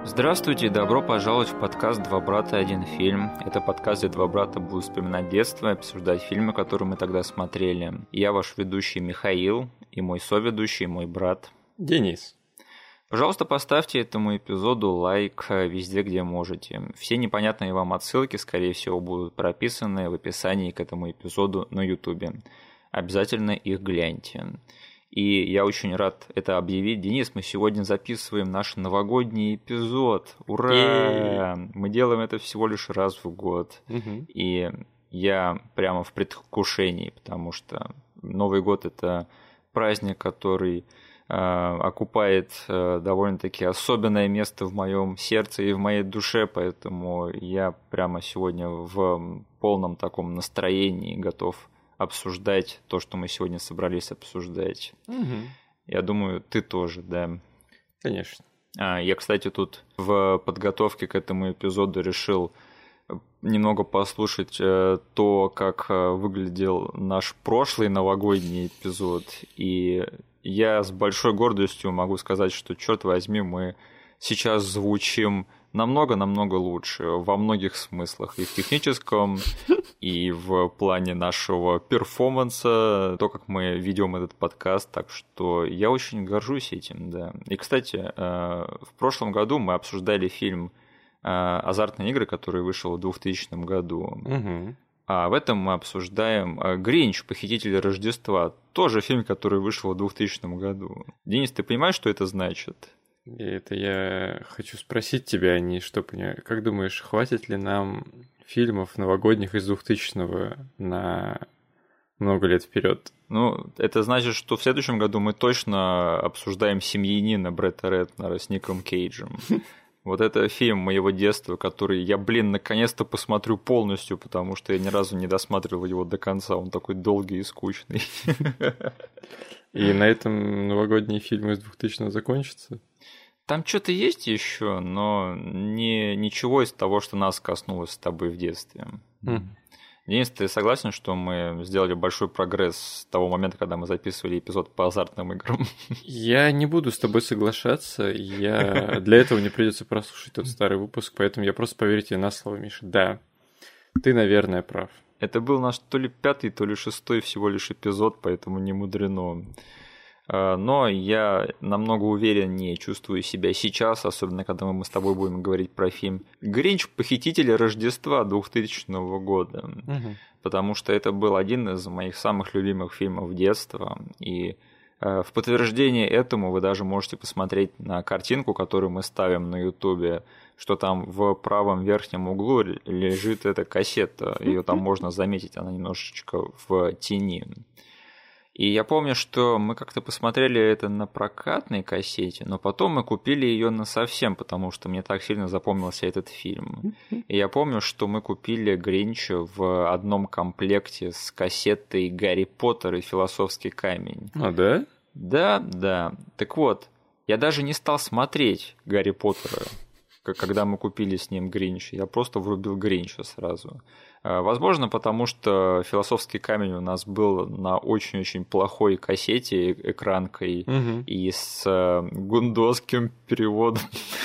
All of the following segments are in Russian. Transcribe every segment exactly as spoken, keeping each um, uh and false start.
Здравствуйте и добро пожаловать в подкаст «Два брата, один фильм». Это подкаст, где два брата будут вспоминать детство и обсуждать фильмы, которые мы тогда смотрели. Я ваш ведущий Михаил, и мой соведущий, мой брат Денис. Пожалуйста, поставьте этому эпизоду лайк везде, где можете. Все непонятные вам отсылки, скорее всего, будут прописаны в описании к этому эпизоду на ютубе. Обязательно их гляньте. И я очень рад это объявить. Денис, мы сегодня записываем наш новогодний эпизод. Ура! Е-е-е. Мы делаем это всего лишь раз в год. Угу. И я прямо в предвкушении, потому что Новый год – это праздник, который э, оккупает э, довольно-таки особенное место в моем сердце и в моей душе, поэтому я прямо сегодня в полном таком настроении готов обсуждать то, что мы сегодня собрались обсуждать. Угу. Я думаю, ты тоже, да? Конечно. А, я, кстати, тут в подготовке к этому эпизоду решил немного послушать э, то, как э, выглядел наш прошлый новогодний эпизод. И я с большой гордостью могу сказать, что, черт возьми, мы сейчас звучим намного-намного лучше во многих смыслах. И в техническом, и в плане нашего перформанса, то, как мы ведем этот подкаст. Так что я очень горжусь этим, да. И, кстати, в прошлом году мы обсуждали фильм «Азартные игры», который вышел в двухтысячном году. Угу. А в этом мы обсуждаем «Гринч. Похитители Рождества». Тоже фильм, который вышел в двухтысячном году. Денис, ты понимаешь, что это значит? И это я хочу спросить тебя, а не что понимаю. Как думаешь, хватит ли нам фильмов новогодних из двухтысячного на много лет вперед? Ну, это значит, что в следующем году мы точно обсуждаем «Семьянина» Бретта Рэтнера с Ником Кейджем. Вот это фильм моего детства, который я, блин, наконец-то посмотрю полностью, потому что я ни разу не досматривал его до конца. Он такой долгий и скучный. И на этом новогодние фильмы из двухтысячного закончатся? Там что-то есть еще, но не, ничего из того, что нас коснулось с тобой в детстве. Mm. Денис, ты согласен, что мы сделали большой прогресс с того момента, когда мы записывали эпизод по азартным играм? Я не буду с тобой соглашаться. Я... Для этого мне придется прослушать тот старый выпуск, поэтому я просто поверю тебе на слово, Миша. Да, ты, наверное, прав. Это был наш то ли пятый, то ли шестой всего лишь эпизод, поэтому не мудрено. Но я намного увереннее чувствую себя сейчас, особенно когда мы с тобой будем говорить про фильм «Гринч. Похитители Рождества» двухтысячного года. Угу. Потому что это был один из моих самых любимых фильмов детства. И в подтверждение этому вы даже можете посмотреть на картинку, которую мы ставим на ютубе, что там в правом верхнем углу лежит эта кассета. Ее там можно заметить, она немножечко в тени. И я помню, что мы как-то посмотрели это на прокатной кассете, но потом мы купили ее насовсем, потому что мне так сильно запомнился этот фильм. И я помню, что мы купили «Гринча» в одном комплекте с кассетой «Гарри Поттер и философский камень». А, да? Да, да. Так вот, я даже не стал смотреть «Гарри Поттера», когда мы купили с ним «Гринч». Я просто врубил «Гринча» сразу. Возможно, потому что «Философский камень» у нас был на очень-очень плохой кассете экранкой угу. и с гундосским переводом.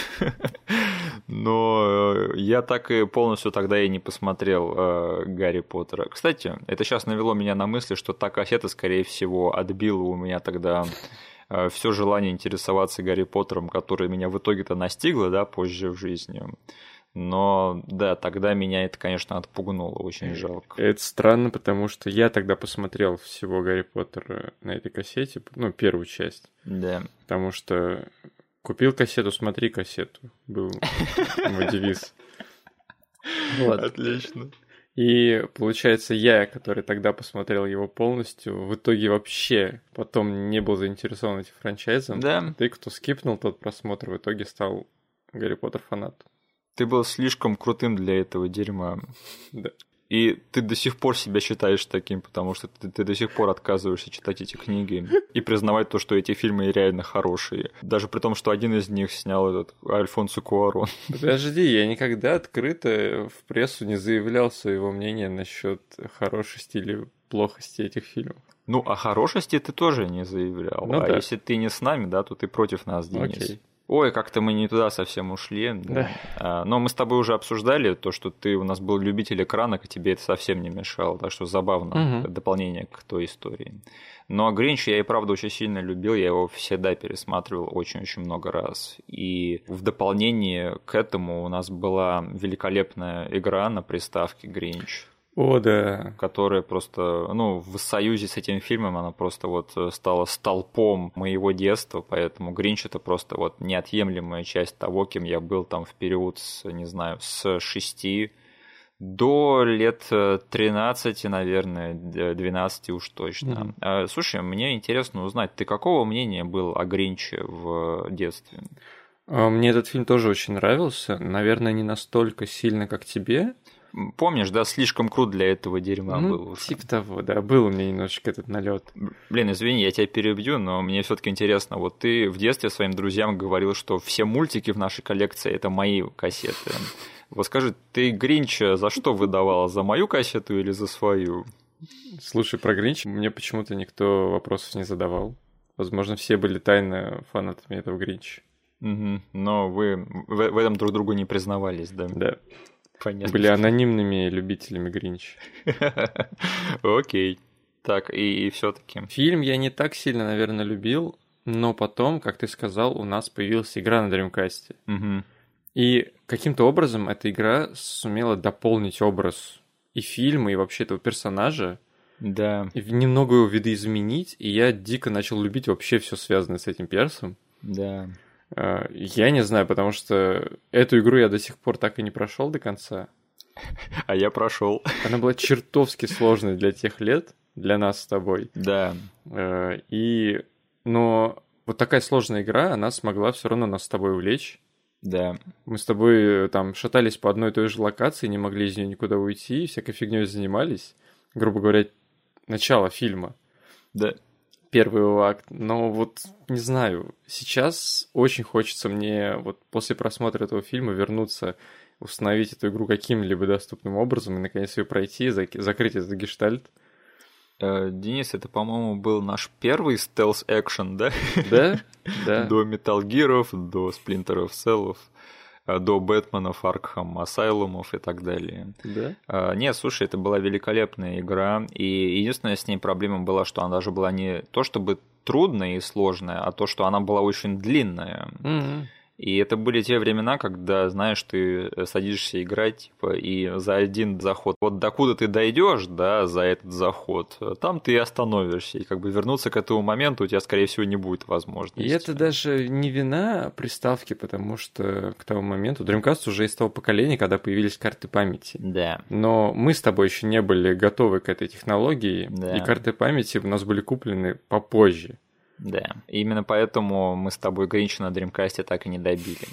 Но я так и полностью тогда и не посмотрел «Гарри Поттера». Кстати, это сейчас навело меня на мысли, что та кассета, скорее всего, отбила у меня тогда все желание интересоваться Гарри Поттером, которое меня в итоге-то настигло, да, позже в жизни. Но да, тогда меня это, конечно, отпугнуло, очень жалко. Это странно, потому что я тогда посмотрел всего Гарри Поттера на этой кассете, ну, первую часть. Да. Потому что купил кассету, смотри кассету, был мой девиз. Вот. Отлично. И получается, я, который тогда посмотрел его полностью, в итоге вообще потом не был заинтересован этим франчайзом. Да. Ты, кто скипнул тот просмотр, в итоге стал Гарри Поттер фанатом. Ты был слишком крутым для этого дерьма. Да. И ты до сих пор себя считаешь таким, потому что ты, ты до сих пор отказываешься читать эти книги и признавать то, что эти фильмы реально хорошие. Даже при том, что один из них снял этот Альфонсо Куарон. Подожди, я никогда открыто в прессу не заявлял своего мнения насчет хорошести или плохости этих фильмов. Ну, о хорошести ты тоже не заявлял. Ну, а да. Если ты не с нами, да, то ты против нас, Денис. Окей. Ой, как-то мы не туда совсем ушли. Да. Да. А, но мы с тобой уже обсуждали то, что ты у нас был любитель экранок, и тебе это совсем не мешало. Так что забавно, Угу. дополнение к той истории. Но Гринч я и правда очень сильно любил, я его всегда пересматривал очень-очень много раз. И в дополнение к этому у нас была великолепная игра на приставке Гринч. О, да. Которая просто, ну, в союзе с этим фильмом она просто вот стала столпом моего детства, поэтому Гринч это просто вот неотъемлемая часть того, кем я был там в период, с, не знаю, с шести до лет тринадцати, наверное, двенадцати уж точно. Mm-hmm. Слушай, мне интересно узнать, ты какого мнения был о Гринче в детстве? Мне этот фильм тоже очень нравился, наверное, не настолько сильно, как тебе. Помнишь, да, слишком крут для этого дерьма ну, был. Типа того, да, был у меня немножечко этот налет. Блин, извини, я тебя перебью, но мне все-таки интересно. Вот ты в детстве своим друзьям говорил, что все мультики в нашей коллекции это мои кассеты. Вот скажи, ты Гринча за что выдавала? За мою кассету или за свою? Слушай, про Гринча мне почему-то никто вопросов не задавал. Возможно, все были тайно фанатами этого Гринча. Угу. Но вы в, в этом друг другу не признавались, да? Да. Понятно. Были анонимными любителями Гринча. Окей. Так, и, и все-таки. Фильм я не так сильно, наверное, любил, но потом, как ты сказал, у нас появилась игра на Dreamcast. Угу. И каким-то образом эта игра сумела дополнить образ и фильма, и вообще этого персонажа. Да. И немного его видоизменить, и я дико начал любить вообще все связанное с этим персом. Да. Я не знаю, потому что эту игру я до сих пор так и не прошел до конца. А я прошел. Она была чертовски сложной для тех лет, для нас с тобой. Да. И, но вот такая сложная игра, она смогла все равно нас с тобой увлечь. Да. Мы с тобой там шатались по одной и той же локации, не могли из нее никуда уйти, всякой фигней занимались. Грубо говоря, начало фильма. Да. Первый его акт. Но вот, не знаю, сейчас очень хочется мне вот после просмотра этого фильма вернуться, установить эту игру каким-либо доступным образом и наконец ее пройти, зак- закрыть этот гештальт. Денис, это, по-моему, был наш первый стелс-экшен, да? Да, да. До Metal Gear'ов, до Splinter Cell'ов, до Бэтменов, Аркхам Асайлумов и так далее. Да? Нет, слушай, это была великолепная игра, и единственная с ней проблема была, что она даже была не то чтобы трудная и сложная, а то, что она была очень длинная. Mm-hmm. И это были те времена, когда, знаешь, ты садишься играть, типа, и за один заход, вот докуда ты дойдешь, да, за этот заход, там ты и остановишься, и как бы вернуться к этому моменту у тебя, скорее всего, не будет возможности. И это даже не вина приставки, потому что к тому моменту Dreamcast уже из того поколения, когда появились карты памяти. Да. Но мы с тобой еще не были готовы к этой технологии, да. и карты памяти у нас были куплены попозже. Да, и именно поэтому мы с тобой Гринча на Dreamcast так и не добили.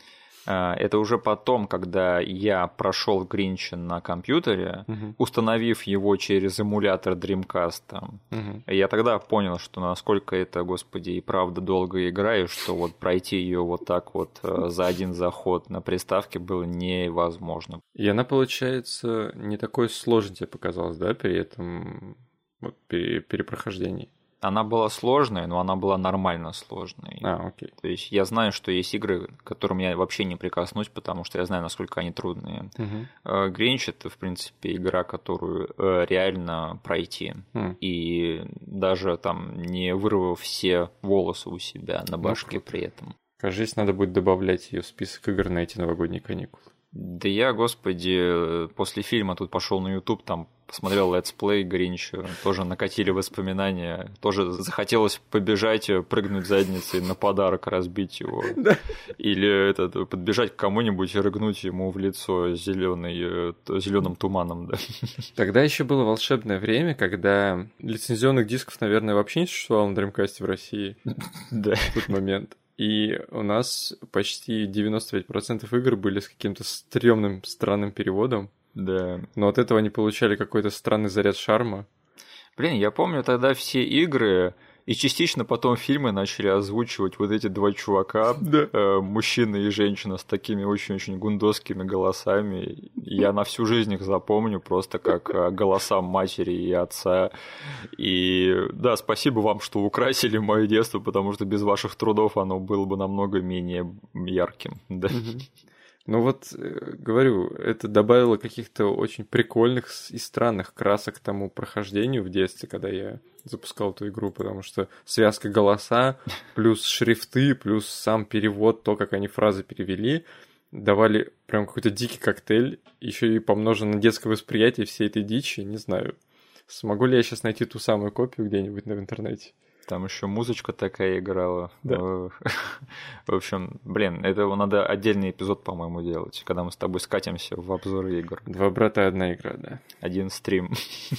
Это уже потом, когда я прошел Гринча на компьютере, uh-huh. установив его через эмулятор Dreamcast, uh-huh. я тогда понял, что насколько это, господи, и правда долгая игра, и что вот пройти ее вот так вот за один заход на приставке было невозможно. И она, получается, не такой сложной тебе показалась, да, при этом вот, перепрохождении? Она была сложной, но она была нормально сложной. А, окей. То есть я знаю, что есть игры, к которым я вообще не прикоснусь, потому что я знаю, насколько они трудные. Uh-huh. Гринч — это, в принципе, игра, которую реально пройти. Uh-huh. И даже там не вырвав все волосы у себя на башке uh-huh. при этом. Кажется, надо будет добавлять ее в список игр на эти новогодние каникулы. Да я, господи, после фильма тут пошел на YouTube, там посмотрел летсплей Гринча, тоже накатили воспоминания, тоже захотелось побежать, прыгнуть задницей на подарок, разбить его. Да. Или этот, подбежать к кому-нибудь и рыгнуть ему в лицо зеленым туманом. Да. Тогда еще было волшебное время, когда лицензионных дисков, наверное, вообще не существовало на Dreamcast в России да. в тот момент. И у нас почти девяносто пять процентов игр были с каким-то стрёмным, странным переводом. Да. Но от этого они получали какой-то странный заряд шарма. Блин, я помню тогда все игры, И частично потом фильмы начали озвучивать вот эти два чувака, Да. э, мужчина и женщина с такими очень-очень гундосскими голосами. Я на всю жизнь их запомню просто как э, голоса матери и отца. И да, спасибо вам, что украсили мое детство, потому что без ваших трудов оно было бы намного менее ярким. Да. Ну вот, э, говорю, это добавило каких-то очень прикольных с- и странных красок к тому прохождению в детстве, когда я запускал эту игру, потому что связка голоса, плюс шрифты, плюс сам перевод, то, как они фразы перевели, давали прям какой-то дикий коктейль, еще и помножено детское восприятие всей этой дичи, не знаю. Смогу ли я сейчас найти ту самую копию где-нибудь в интернете? Там еще музычка такая играла. Да. В общем, блин, это надо отдельный эпизод, по-моему, делать, когда мы с тобой скатимся в обзоры игр. Два брата, одна игра, да. Один стрим.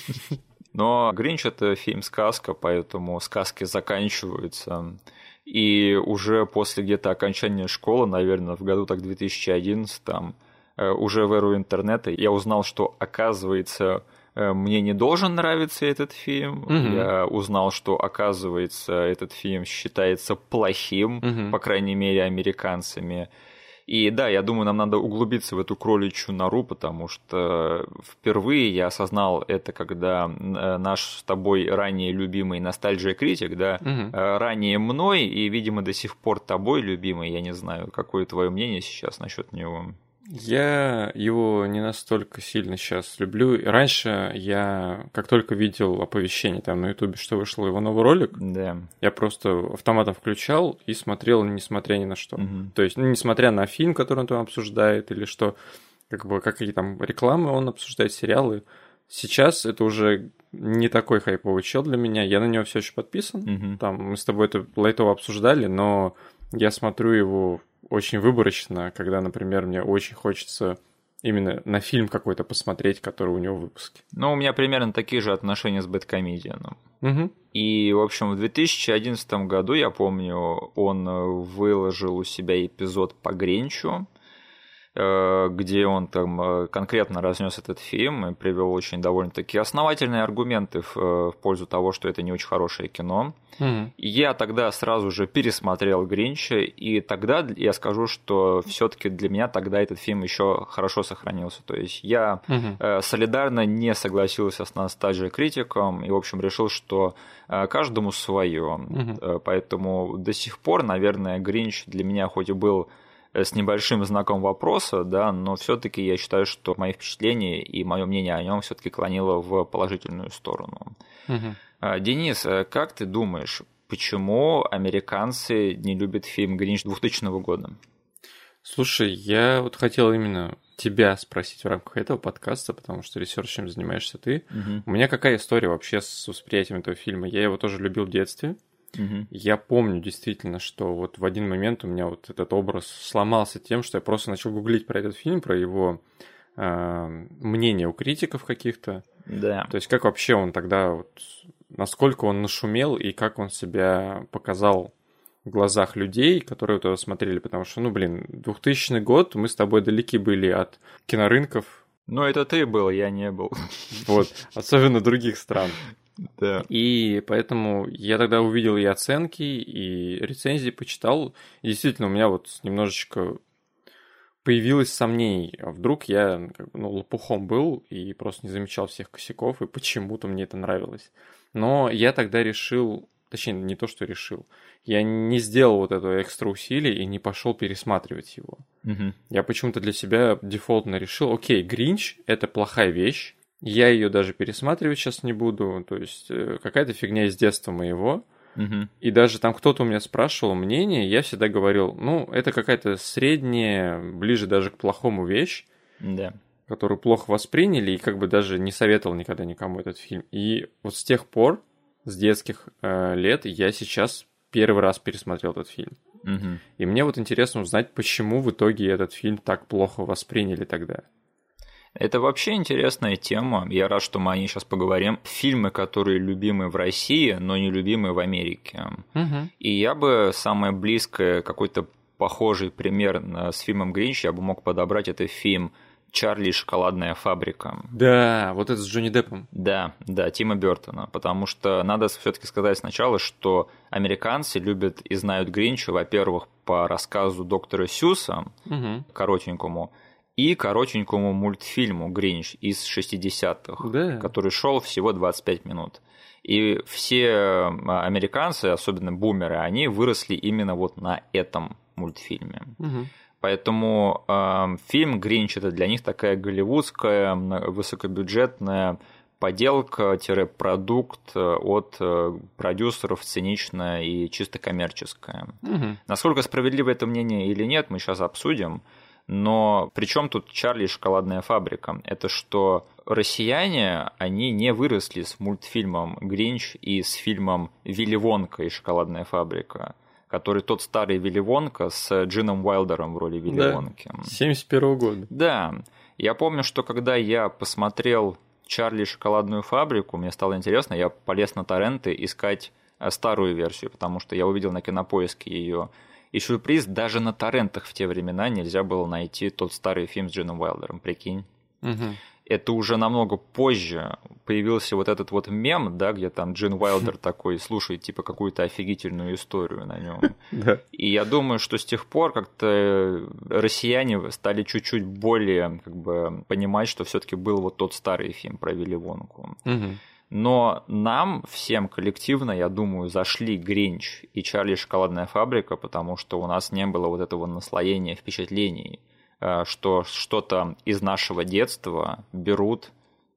Но «Гринч» — это фильм-сказка, поэтому сказки заканчиваются. И уже после где-то окончания школы, наверное, в году так две тысячи одиннадцатом, э, уже в эру интернета, я узнал, что, оказывается, э, мне не должен нравиться этот фильм. Мгм. Я узнал, что, оказывается, этот фильм считается плохим, Мгм. по крайней мере, американцами. И да, я думаю, нам надо углубиться в эту кроличью нору, потому что впервые я осознал это, когда э, наш с тобой ранее любимый ностальджия-критик, да, Мгм. э, ранее мной и, видимо, до сих пор тобой любимый, я не знаю, какое твое мнение сейчас насчет него. Я его не настолько сильно сейчас люблю. Раньше я, как только видел оповещение там на Ютубе, что вышел его новый ролик, Да. я просто автоматом включал и смотрел, несмотря ни на что. Мгм. То есть, ну, несмотря на фильм, который он там обсуждает, или что, как бы, какие там рекламы он обсуждает, сериалы. Сейчас это уже не такой хайповый чел для меня. Я на него все еще подписан. Мгм. Там мы с тобой это лайтово обсуждали, но я смотрю его очень выборочно, когда, например, мне очень хочется именно на фильм какой-то посмотреть, который у него в выпуске. Ну, у меня примерно такие же отношения с Бэдкомедианом. Угу. И, в общем, в две тысячи одиннадцатом году, я помню, он э, выложил у себя эпизод по Гринчу, э, где он там э, конкретно разнес этот фильм и привел очень довольно-таки основательные аргументы в, э, в пользу того, что это не очень хорошее кино. Угу. И я тогда сразу же пересмотрел Гринча, и тогда я скажу, что все-таки для меня тогда этот фильм еще хорошо сохранился. То есть я Угу. э, солидарно не согласился с ностальджией-критиком и, в общем, решил, что э, каждому свое. Мгм. Поэтому до сих пор, наверное, Гринч для меня хоть и был э, с небольшим знаком вопроса, да, но все-таки я считаю, что мои впечатления и мое мнение о нем все-таки клонило в положительную сторону. Угу. А, Денис, а как ты думаешь, почему американцы не любят фильм «Гринч» двухтысячного года? Слушай, я вот хотел именно тебя спросить в рамках этого подкаста, потому что ресерчем занимаешься ты. Мгм. У меня какая история вообще с восприятием этого фильма? Я его тоже любил в детстве. Мгм. Я помню действительно, что вот в один момент у меня вот этот образ сломался тем, что я просто начал гуглить про этот фильм, про его э, мнение у критиков каких-то. Да. То есть как вообще он тогда, вот, насколько он нашумел и как он себя показал в глазах людей, которые вот его смотрели, потому что, ну, блин, двухтысячный год, мы с тобой далеки были от кинорынков, Ну, это ты был, я не был. вот, особенно других стран. Да. И поэтому я тогда увидел и оценки, и рецензии почитал. И действительно, у меня вот немножечко появилось сомнений. А вдруг я как бы, ну, лопухом был и просто не замечал всех косяков, и почему-то мне это нравилось. Но я тогда решил, точнее, не то, что решил, я не сделал вот этого экстра усилий и не пошел пересматривать его. Мгм. Я почему-то для себя дефолтно решил, окей, Гринч — это плохая вещь, я ее даже пересматривать сейчас не буду, то есть э, какая-то фигня из детства моего. Мгм. И даже там кто-то у меня спрашивал мнение, я всегда говорил, ну, это какая-то средняя, ближе даже к плохому вещь, Да. которую плохо восприняли, и как бы даже не советовал никогда никому этот фильм. И вот с тех пор, с детских э, лет, я сейчас первый раз пересмотрел этот фильм. Мгм. И мне вот интересно узнать, почему в итоге этот фильм так плохо восприняли тогда. Это вообще интересная тема. Я рад, что мы о ней сейчас поговорим. Фильмы, которые любимы в России, но не любимы в Америке. Угу. И я бы самое близкое, какой-то похожий пример на- с фильмом «Гринч» я бы мог подобрать, это фильм «Чарли и шоколадная фабрика». Да, вот это с Джонни Деппом. Да, да, Тима Бёртона, потому что надо все-таки сказать сначала, что американцы любят и знают Гринча, во-первых, по рассказу доктора Сюса, угу. коротенькому, и коротенькому мультфильму «Гринч» из шестидесятых, да. который шел всего двадцать пять минут. И все американцы, особенно бумеры, они выросли именно вот на этом мультфильме. Угу. Поэтому э, фильм «Гринч» – это для них такая голливудская, высокобюджетная поделка-продукт от продюсеров, циничная и чисто коммерческая. Угу. Насколько справедливо это мнение или нет, мы сейчас обсудим. Но при чем тут «Чарли и шоколадная фабрика»? Это что россияне, они не выросли с мультфильмом «Гринч» и с фильмом «Вилли Вонка и шоколадная фабрика», который тот старый Вилли Вонка с Джином Уайлдером в роли Вилли да, Вонки. семьдесят первого года. Да. Я помню, что когда я посмотрел «Чарли и шоколадную фабрику», мне стало интересно, я полез на торренты искать старую версию, потому что я увидел на Кинопоиске ее. И сюрприз, даже на торрентах в те времена нельзя было найти тот старый фильм с Джином Уайлдером, прикинь. Угу. Это уже намного позже появился вот этот вот мем, да, где там Джин Уайлдер такой слушает типа какую-то офигительную историю на нем. Да. И я думаю, что с тех пор как-то россияне стали чуть-чуть более как бы понимать, что все-таки был вот тот старый фильм про Вилли Вонку. Угу. Но нам всем коллективно, я думаю, зашли «Гринч» и «Чарли и шоколадная фабрика», потому что у нас не было вот этого наслоения впечатлений, что что-то из нашего детства берут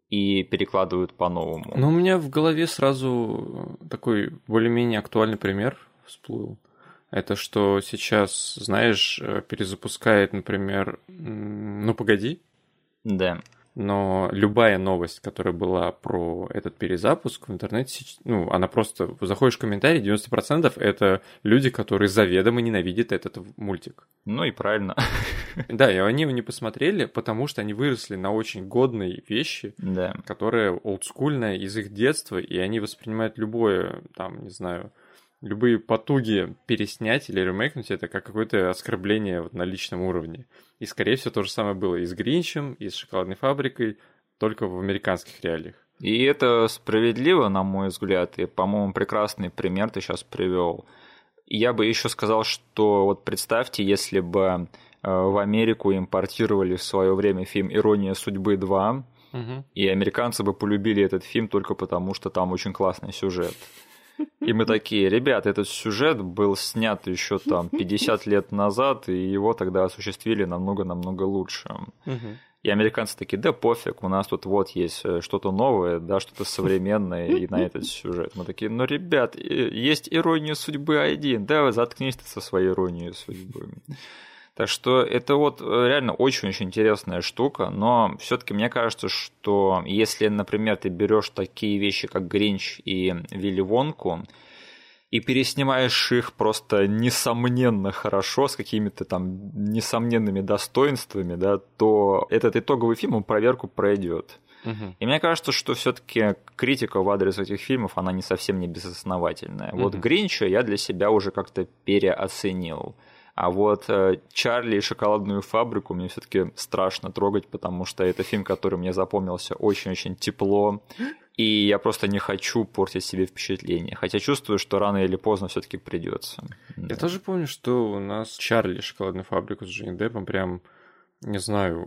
и перекладывают по-новому. Ну, у меня в голове сразу такой более-менее актуальный пример всплыл. Это что сейчас, знаешь, перезапускает, например, «Ну, погоди». Да. Но любая новость, которая была про этот перезапуск в интернете, ну, она просто... Заходишь в комментарии, девяносто процентов это люди, которые заведомо ненавидят этот мультик. Ну и правильно. Да, и они его не посмотрели, потому что они выросли на очень годные вещи, да. которые олдскульные из их детства, и они воспринимают любое, там, не знаю... Любые потуги переснять или ремейкнуть это как какое-то оскорбление вот на личном уровне. И, скорее всего, то же самое было и с «Гринчем», и с «Шоколадной фабрикой», только в американских реалиях. И это справедливо, на мой взгляд, и, по-моему, прекрасный пример ты сейчас привел. Я бы еще сказал, что вот представьте, если бы в Америку импортировали в свое время фильм «Ирония судьбы два», угу. и американцы бы полюбили этот фильм только потому, что там очень классный сюжет. И мы такие, ребят, этот сюжет был снят еще там пятьдесят лет назад, и его тогда осуществили намного-намного лучше. Угу. И американцы такие, да пофиг, у нас тут вот есть что-то новое, да, что-то современное и на этот сюжет. Мы такие, ну, ребят, есть «Ирония судьбы один», да, заткнись ты со своей «Иронией судьбы». Так что это вот реально очень-очень интересная штука, но все-таки мне кажется, что если, например, ты берешь такие вещи, как «Гринч» и «Вилли Вонку», и переснимаешь их просто несомненно хорошо, с какими-то там несомненными достоинствами, да, то этот итоговый фильм он проверку пройдет. Угу. И мне кажется, что все-таки критика в адрес этих фильмов, она не совсем не безосновательная. Угу. Вот «Гринча» я для себя уже как-то переоценил. А вот «Чарли и шоколадную фабрику» мне все-таки страшно трогать, потому что это фильм, который мне запомнился очень-очень тепло, и я просто не хочу портить себе впечатление. Хотя чувствую, что рано или поздно все-таки придется. Я да. тоже помню, что у нас «Чарли и шоколадную фабрику» с Джонни Деппом прям, не знаю,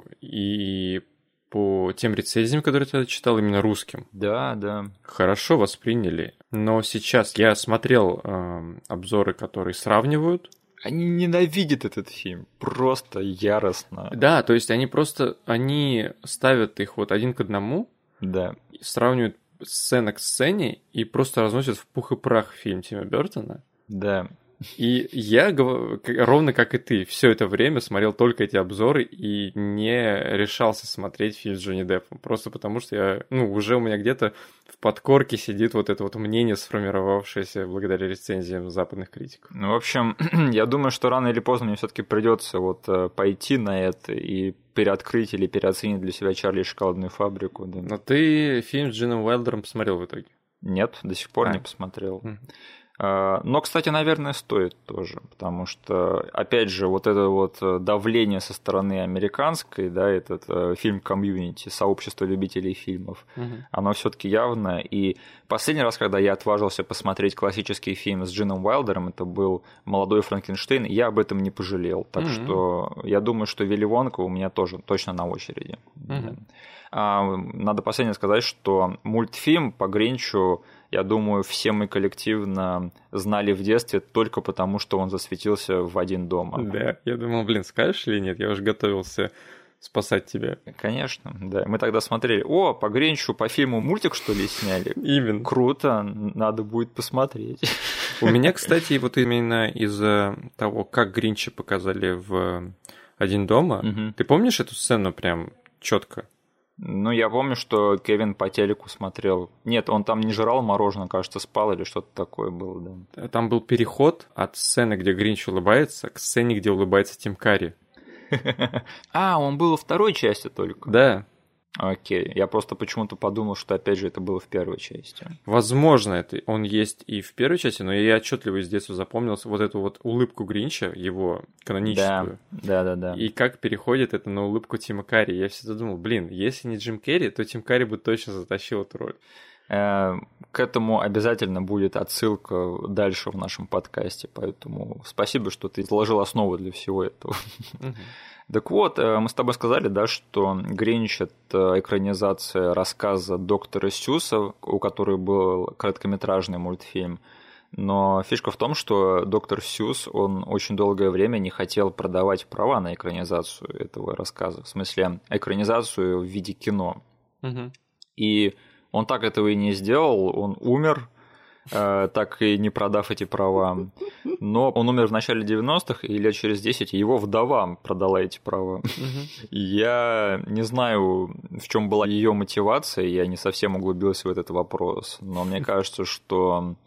и по тем рецензиям, которые я читал, именно русским. Да, да. Хорошо восприняли. Но сейчас я смотрел э, обзоры, которые сравнивают. Они ненавидят этот фильм, просто яростно. Да, то есть они просто, они ставят их вот один к одному, да. сравнивают сцена к сцене и просто разносят в пух и прах фильм Тима Бёртона. Да. И я, ровно как и ты, все это время смотрел только эти обзоры и не решался смотреть фильм с Джонни Деппом. Просто потому что я, ну, уже у меня где-то в подкорке сидит вот это вот мнение, сформировавшееся благодаря рецензиям западных критиков. Ну, в общем, я думаю, что рано или поздно мне все-таки придется вот пойти на это и переоткрыть или переоценить для себя «Чарли и шоколадную фабрику». Да. Но ты фильм с Джином Уайлдером посмотрел в итоге? Нет, до сих пор а. не посмотрел. Но, кстати, наверное, стоит тоже, потому что, опять же, вот это вот давление со стороны американской, да, этот фильм «Комьюнити», сообщество любителей фильмов, угу. оно все-таки явно. И последний раз, когда я отважился посмотреть классический фильм с Джином Уайлдером, это был «Молодой Франкенштейн», и я об этом не пожалел. Так угу. что я думаю, что «Вилли Вонка» у меня тоже точно на очереди. Угу. Надо последнее сказать, что мультфильм по Гринчу, я думаю, все мы коллективно знали в детстве только потому, что он засветился в «Один дома». Да, я думал, блин, скажешь или нет? Я уже готовился спасать тебя. Конечно, да. Мы тогда смотрели, о, по Гринчу, по фильму мультик, что ли, сняли? Именно. Круто, надо будет посмотреть. У меня, кстати, вот именно из-за того, как Гринча показали в «Один дома», угу. ты помнишь эту сцену прям четко? Ну, я помню, что Кевин по телеку смотрел. Нет, он там не жрал мороженое, кажется, спал или что-то такое было, да. Там был переход от сцены, где Гринч улыбается, к сцене, где улыбается Тим Карри. А, он был во второй части только? Да. Окей, я просто почему-то подумал, что опять же это было в первой части. Возможно, это он есть и в первой части, но я отчетливо из детства запомнил вот эту вот улыбку Гринча, его каноническую. Да, да, да. да. И как переходит это на улыбку Тима Карри. Я всегда думал, блин, если не Джим Керри, то Тим Карри бы точно затащил эту роль. К этому обязательно будет отсылка дальше в нашем подкасте, поэтому спасибо, что ты заложил основу для всего этого. Так вот, мы с тобой сказали, да, что «Гринч» — это экранизация рассказа доктора Сьюса, у которого был короткометражный мультфильм. Но фишка в том, что доктор Сьюс, он очень долгое время не хотел продавать права на экранизацию этого рассказа, в смысле экранизацию в виде кино. Угу. И он так этого и не сделал, он умер, так и не продав эти права. Но он умер в начале девяностых, и лет через десять его вдова продала эти права. Uh-huh. Я не знаю, в чем была ее мотивация, я не совсем углубился в этот вопрос, но мне кажется, что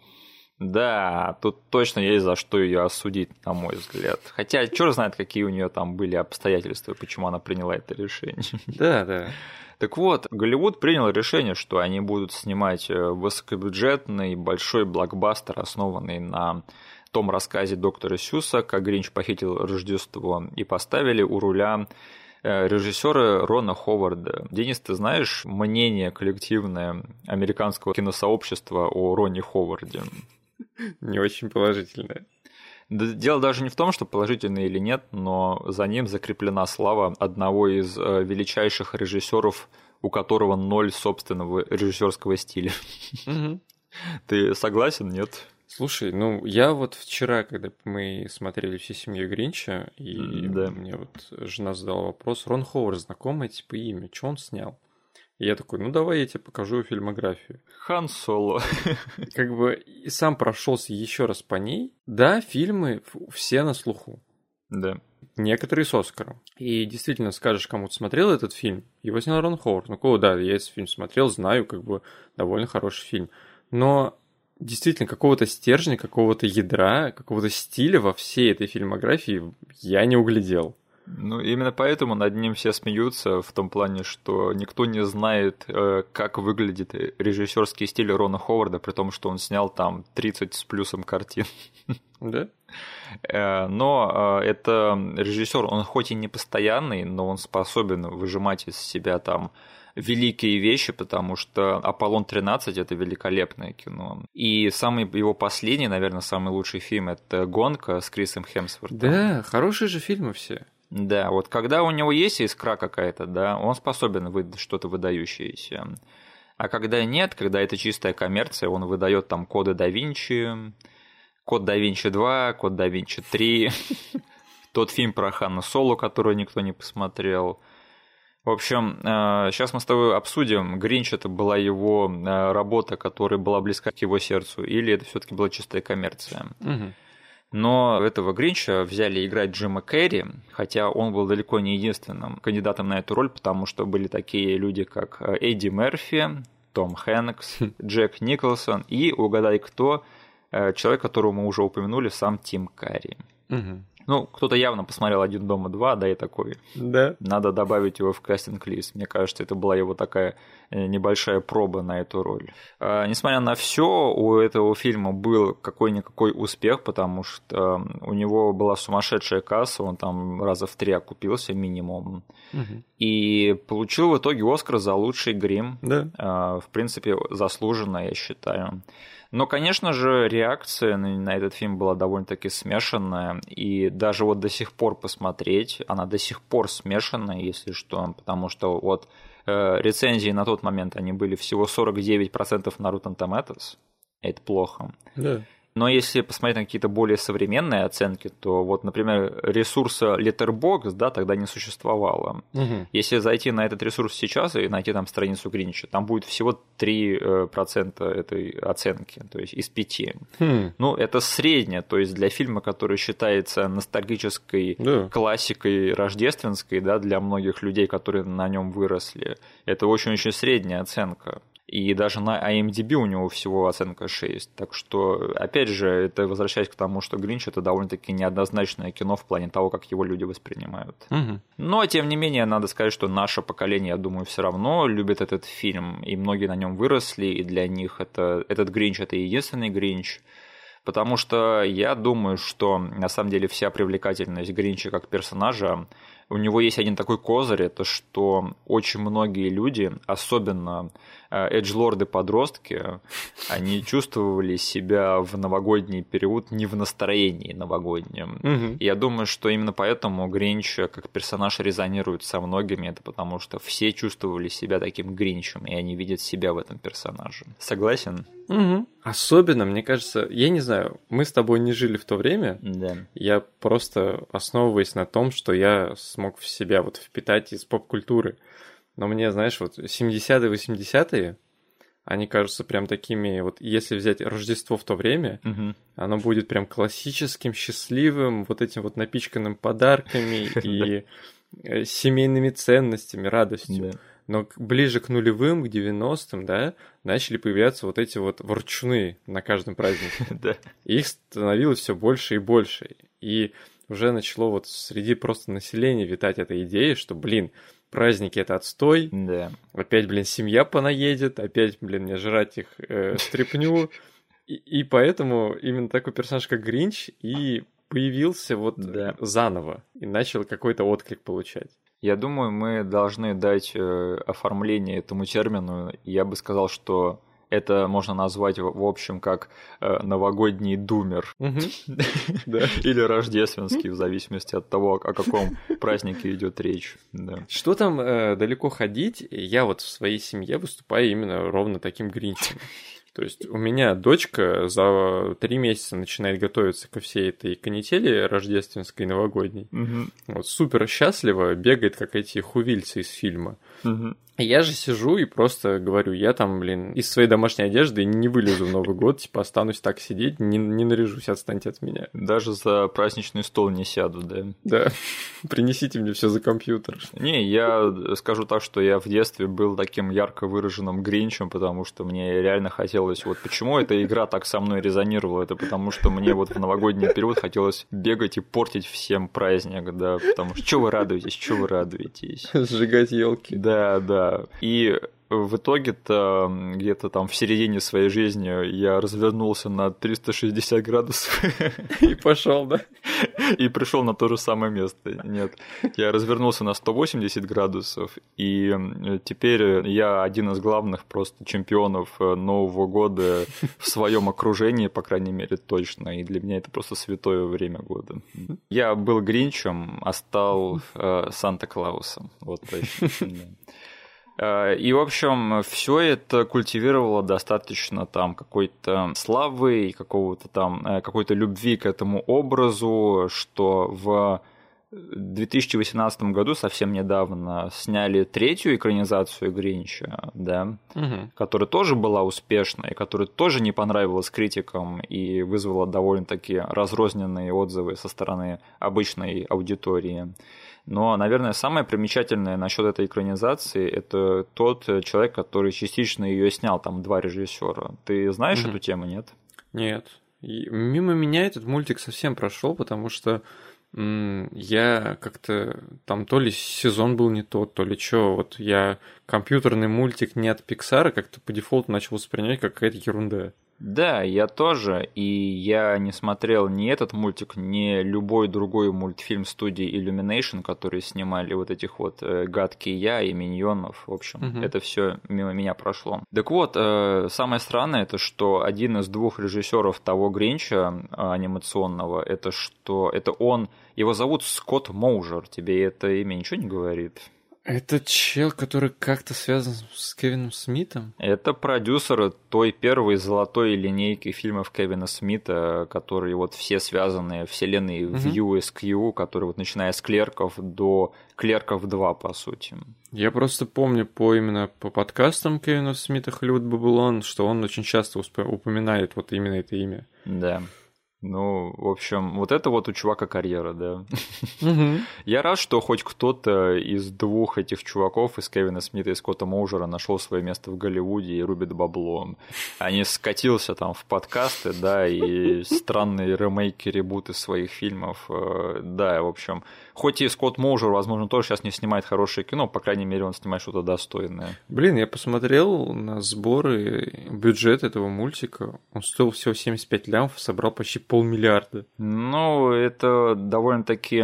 да, тут точно есть за что ее осудить, на мой взгляд. Хотя, черт знает, какие у нее там были обстоятельства, почему она приняла это решение. Да, да. Так вот, Голливуд принял решение, что они будут снимать высокобюджетный большой блокбастер, основанный на том рассказе доктора Сьюса, как Гринч похитил Рождество, и поставили у руля режиссера Рона Ховарда. Денис, ты знаешь мнение коллективное американского киносообщества о Роне Ховарде? Не очень положительное. Дело даже не в том, что положительно или нет, но за ним закреплена слава одного из величайших режиссеров, у которого ноль собственного режиссерского стиля. Угу. Ты согласен, нет? Слушай, ну я вот вчера, когда мы смотрели всей семьей Гринча, и да. мне вот жена задала вопрос, Рон Ховард, знакомое типа имя, что он снял? И я такой, ну давай я тебе покажу фильмографию. Хан Соло. Как бы и сам прошелся еще раз по ней. Да, фильмы все на слуху. Да. Некоторые с Оскаром. И действительно, скажешь, кому-то смотрел этот фильм, его снял Рон Ховард. Ну, кого, да, я этот фильм смотрел, знаю, как бы довольно хороший фильм. Но действительно, какого-то стержня, какого-то ядра, какого-то стиля во всей этой фильмографии я не углядел. Ну, именно поэтому над ним все смеются, в том плане, что никто не знает, как выглядит режиссерский стиль Рона Ховарда, при том, что он снял там тридцать с плюсом картин. Да? Но это режиссер, он хоть и не постоянный, но он способен выжимать из себя там великие вещи, потому что «Аполлон тринадцать» — это великолепное кино. И самый его последний, наверное, самый лучший фильм — это «Гонка» с Крисом Хемсвортом. Да, хорошие же фильмы все. Да, вот когда у него есть искра какая-то, да, он способен выдать что-то выдающееся. А когда нет, когда это чистая коммерция, он выдает там коды да Винчи, код да Винчи два, код да Винчи три, тот фильм про Хана Соло, который никто не посмотрел. В общем, сейчас мы с тобой обсудим, Гринч — это была его работа, которая была близка к его сердцу, или это все-таки была чистая коммерция. Угу. Но этого Гринча взяли играть Джима Керри, хотя он был далеко не единственным кандидатом на эту роль, потому что были такие люди, как Эдди Мерфи, Том Хэнкс, Джек Николсон и, угадай кто, человек, которого мы уже упомянули, сам Тим Карри. Угу. Ну, кто-то явно посмотрел «Один дома два», да, и такой. Да. Надо добавить его в кастинг-лист. Мне кажется, это была его такая небольшая проба на эту роль. А, несмотря на все, у этого фильма был какой-никакой успех, потому что у него была сумасшедшая касса, он там раза в три окупился минимум. Угу. И получил в итоге «Оскар» за лучший грим. Да. А, в принципе, заслуженно, я считаю. Но, конечно же, реакция на этот фильм была довольно-таки смешанная, и даже вот до сих пор посмотреть, она до сих пор смешанная, если что, потому что вот э, рецензии на тот момент, они были всего сорок девять процентов на Rotten Tomatoes, это плохо. Да. Но если посмотреть на какие-то более современные оценки, то вот, например, ресурса Letterboxd, да, тогда не существовало. Угу. Если зайти на этот ресурс сейчас и найти там страницу Гринча, там будет всего три процента этой оценки, то есть из пяти. Хм. Ну, это среднее, то есть для фильма, который считается ностальгической да. классикой рождественской, да, для многих людей, которые на нем выросли, это очень-очень средняя оценка. И даже на ай эм ди би у него всего оценка шесть. Так что, опять же, это возвращаясь к тому, что «Гринч» — это довольно-таки неоднозначное кино в плане того, как его люди воспринимают. Угу. Но, тем не менее, надо сказать, что наше поколение, я думаю, все равно любит этот фильм, и многие на нем выросли, и для них это, этот «Гринч» — это единственный «Гринч». Потому что я думаю, что на самом деле вся привлекательность Гринча как персонажа, у него есть один такой козырь, это что очень многие люди, особенно эджилорды-подростки, они чувствовали себя в новогодний период не в настроении новогоднем. Угу. Я думаю, что именно поэтому Гринч как персонаж резонирует со многими, это потому что все чувствовали себя таким Гринчем, и они видят себя в этом персонаже. Согласен? Угу. Особенно, мне кажется, я не знаю, мы с тобой не жили в то время, да. Я просто основываясь на том, что я смог в себя вот впитать из поп-культуры. Но мне, знаешь, вот семидесятые, восьмидесятые, они кажутся прям такими, вот если взять Рождество в то время, угу. оно будет прям классическим, счастливым, вот этим вот напичканным подарками и семейными ценностями, радостью. Но ближе к нулевым, к девяностым, да, начали появляться вот эти вот ворчуны на каждом празднике. Да. Их становилось все больше и больше. И уже начало вот среди просто населения витать эта идея, что, блин, праздники — это отстой. Да. Опять, блин, семья понаедет, опять, блин, мне жрать их э, стряпню. И, и поэтому именно такой персонаж, как Гринч, и появился вот да. заново. И начал какой-то отклик получать. Я думаю, мы должны дать э, оформление этому термину. Я бы сказал, что это можно назвать, в общем, как э, новогодний думер. Или рождественский, в зависимости от того, о каком празднике идет речь. Что там далеко ходить? Я вот в своей семье выступаю именно ровно таким Гринчем. То есть у меня дочка за три месяца начинает готовиться ко всей этой канители рождественской новогодней. Угу. Вот, супер счастлива, бегает, как эти хувильцы из фильма. Угу. Я же сижу и просто говорю, я там, блин, из своей домашней одежды не вылезу в Новый год, типа останусь так сидеть, не, не наряжусь, отстаньте от меня. Даже за праздничный стол не сяду, да? Да, принесите мне все за компьютер. Не, я скажу так, что я в детстве был таким ярко выраженным Гринчем, потому что мне реально хотелось, вот почему эта игра так со мной резонировала, это потому что мне вот в новогодний период хотелось бегать и портить всем праздник, да, потому что что вы радуетесь, что вы радуетесь? Сжигать елки. Да, да. И в итоге-то где-то там в середине своей жизни я развернулся на триста шестьдесят градусов. И пошел, да? И пришел на то же самое место. Нет, я развернулся на сто восемьдесят градусов, и теперь я один из главных просто чемпионов Нового года в своем окружении, по крайней мере, точно. И для меня это просто святое время года. Я был Гринчем, а стал э, Санта-Клаусом. Вот точно. И, в общем, все это культивировало достаточно там какой-то славы и какого-то там, какой-то любви к этому образу, что в две тысячи восемнадцатом году, совсем недавно, сняли третью экранизацию Гринча, да, угу. которая тоже была успешной, которая тоже не понравилась критикам и вызвала довольно-таки разрозненные отзывы со стороны обычной аудитории. Но, наверное, самое примечательное насчет этой экранизации – это тот человек, который частично ее снял, там два режиссера. Ты знаешь mm-hmm. эту тему, нет? Нет. И мимо меня этот мультик совсем прошел, потому что Я как-то... Там то ли сезон был не тот, то ли что. Вот я компьютерный мультик не от Pixar как-то по дефолту начал воспринимать как какая-то ерунда. Да, я тоже, и я не смотрел ни этот мультик, ни любой другой мультфильм студии Illumination, которые снимали вот этих вот э, «Гадкий я» и «Миньонов». В общем, угу. Это все мимо меня прошло. Так вот, э, самое странное, это что один из двух режиссеров того Гринча э, анимационного, это что это он, его зовут Скотт Моужер, тебе это имя ничего не говорит? Это чел, который как-то связан с Кевином Смитом? Это продюсер той первой золотой линейки фильмов Кевина Смита, которые вот все связаны вселенной uh-huh. View эс кью, которые вот начиная с «Клерков» до «Клерков два», по сути. Я просто помню по именно по подкастам Кевина Смита «Холливуд Бабилон», что он очень часто упоминает вот именно это имя. Да. Ну, в общем, вот это вот у чувака карьера, да. Угу. Я рад, что хоть кто-то из двух этих чуваков, из Кевина Смита и Скотта Моужера, нашел свое место в Голливуде и рубит бабло. А не скатился там в подкасты, да, и странные ремейки, ребуты своих фильмов. Да, в общем, хоть и Скотт Моужер, возможно, тоже сейчас не снимает хорошее кино, по крайней мере, он снимает что-то достойное. Блин, я посмотрел на сборы, бюджет этого мультика. Он стоил всего семьдесят пять лямов, собрал почти полмиллиарда. Ну, это довольно-таки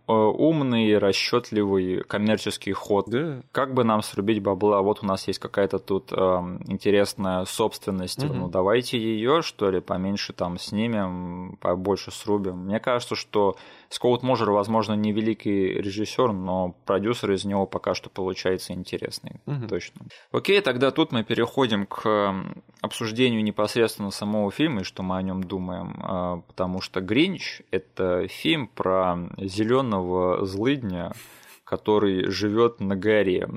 умный, расчетливый коммерческий ход. Да. Как бы нам срубить бабла? Вот у нас есть какая-то тут э, интересная собственность. Угу. Ну, давайте ее, что ли, поменьше там снимем, побольше срубим. Мне кажется, что Скотт Моужер, возможно, не великий режиссер, но продюсер из него пока что получается интересный. Угу. Точно. Окей, тогда тут мы переходим к обсуждению непосредственно самого фильма и что мы о нем думаем. Потому что «Гринч» — это фильм про зеленого злыдня, который живет на горе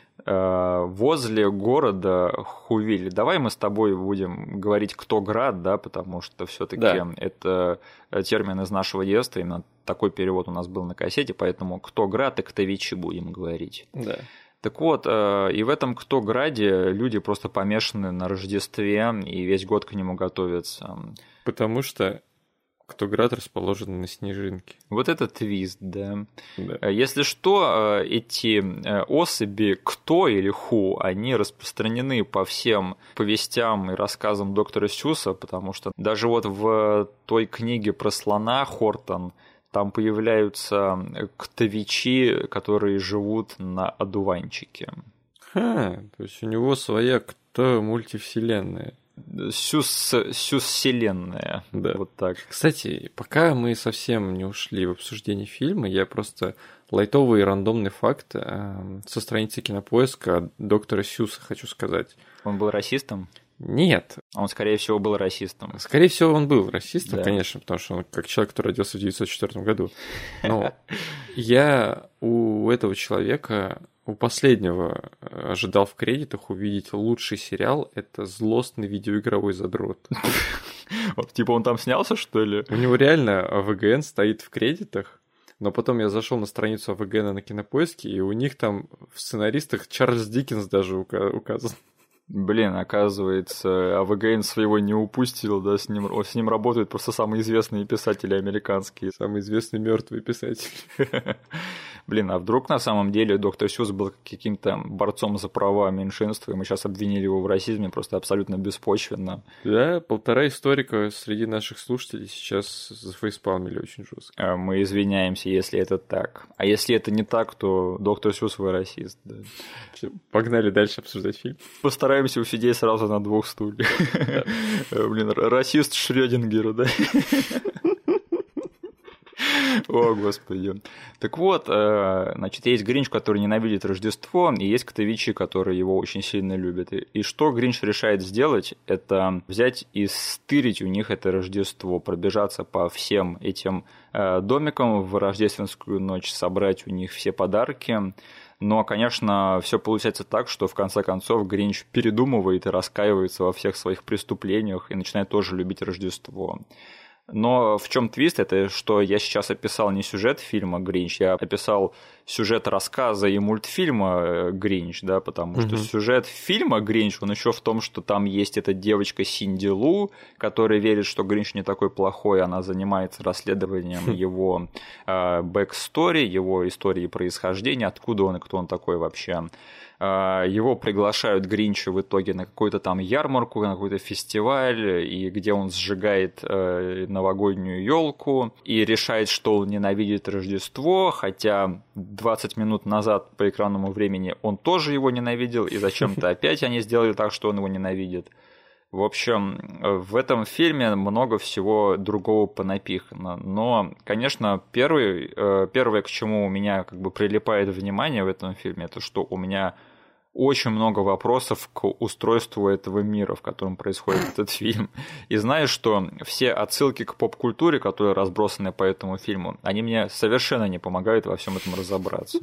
возле города Хувиль. Давай мы с тобой будем говорить «кто град», да, потому что все-таки да. Это термин из нашего детства, именно такой перевод у нас был на кассете, поэтому «кто град» и «ктовичи» будем говорить. Да. Так вот, и в этом «Кто-граде» люди просто помешаны на Рождестве и весь год к нему готовятся. Потому что Кто-град расположен на снежинке. Вот это твист, да. да. Если что, эти особи «Кто» или «Ху», они распространены по всем повестям и рассказам доктора Сюса, потому что даже вот в той книге про слона Хортон там появляются ктовичи, которые живут на одуванчике. Ха, то есть у него своя кто-мультивселенная. Сюс, сюс-вселенная. Да. Вот так. Кстати, пока мы совсем не ушли в обсуждение фильма, я просто лайтовый и рандомный факт э, со страницы Кинопоиска от доктора Сюса хочу сказать. Он был расистом? Нет. Он, скорее всего, был расистом. Скорее всего, он был расистом, да. Конечно, потому что он как человек, который родился в девятьсот четвёртом году. Но я у этого человека, у последнего ожидал в кредитах увидеть лучший сериал. Это «Злостный видеоигровой задрот». Вот, типа он там снялся, что ли? У него реально АВГН стоит в кредитах. Но потом я зашел на страницу АВГН на Кинопоиске, и у них там в сценаристах Чарльз Диккенс даже указан. Блин, оказывается, АВГН своего не упустил, да, с ним, с ним работают просто самые известные писатели американские. Самые известные мертвые писатели. Блин, а вдруг на самом деле доктор Сюс был каким-то борцом за права меньшинства, и мы сейчас обвинили его в расизме просто абсолютно беспочвенно. Да, полтора историка среди наших слушателей сейчас зафейспалмили очень жестко. Мы извиняемся, если это так. А если это не так, то доктор Сюс вы расист. Да. Все, погнали дальше обсуждать фильм. Постараемся усидеть сразу на двух стульях. Блин, расист Шрёдингера, да? О, господи. Так вот, значит, есть Гринч, который ненавидит Рождество, и есть ктовичи, которые его очень сильно любят. И что Гринч решает сделать, это взять и стырить у них это Рождество, пробежаться по всем этим домикам в рождественскую ночь, собрать у них все подарки. Но, конечно, все получается так, что в конце концов Гринч передумывает и раскаивается во всех своих преступлениях и начинает тоже любить Рождество. Но в чем твист? Это что я сейчас описал не сюжет фильма «Гринч», я описал сюжет рассказа и мультфильма «Гринч», да, потому mm-hmm. что сюжет фильма «Гринч», он еще в том, что там есть эта девочка Синди Лу, которая верит, что Гринч не такой плохой, она занимается расследованием его бэкстори, его истории происхождения, откуда он и кто он такой вообще. Его приглашают Гринча в итоге на какую-то там ярмарку, на какой-то фестиваль, и где он сжигает новогоднюю елку и решает, что он ненавидит Рождество, хотя двадцать минут назад по экранному времени он тоже его ненавидел, и зачем-то опять они сделали так, что он его ненавидит. В общем, в этом фильме много всего другого понапихано. Но, конечно, первый, первое, к чему у меня как бы прилипает внимание в этом фильме, это что у меня очень много вопросов к устройству этого мира, в котором происходит этот фильм. И знаешь, что все отсылки к поп-культуре, которые разбросаны по этому фильму, они мне совершенно не помогают во всем этом разобраться.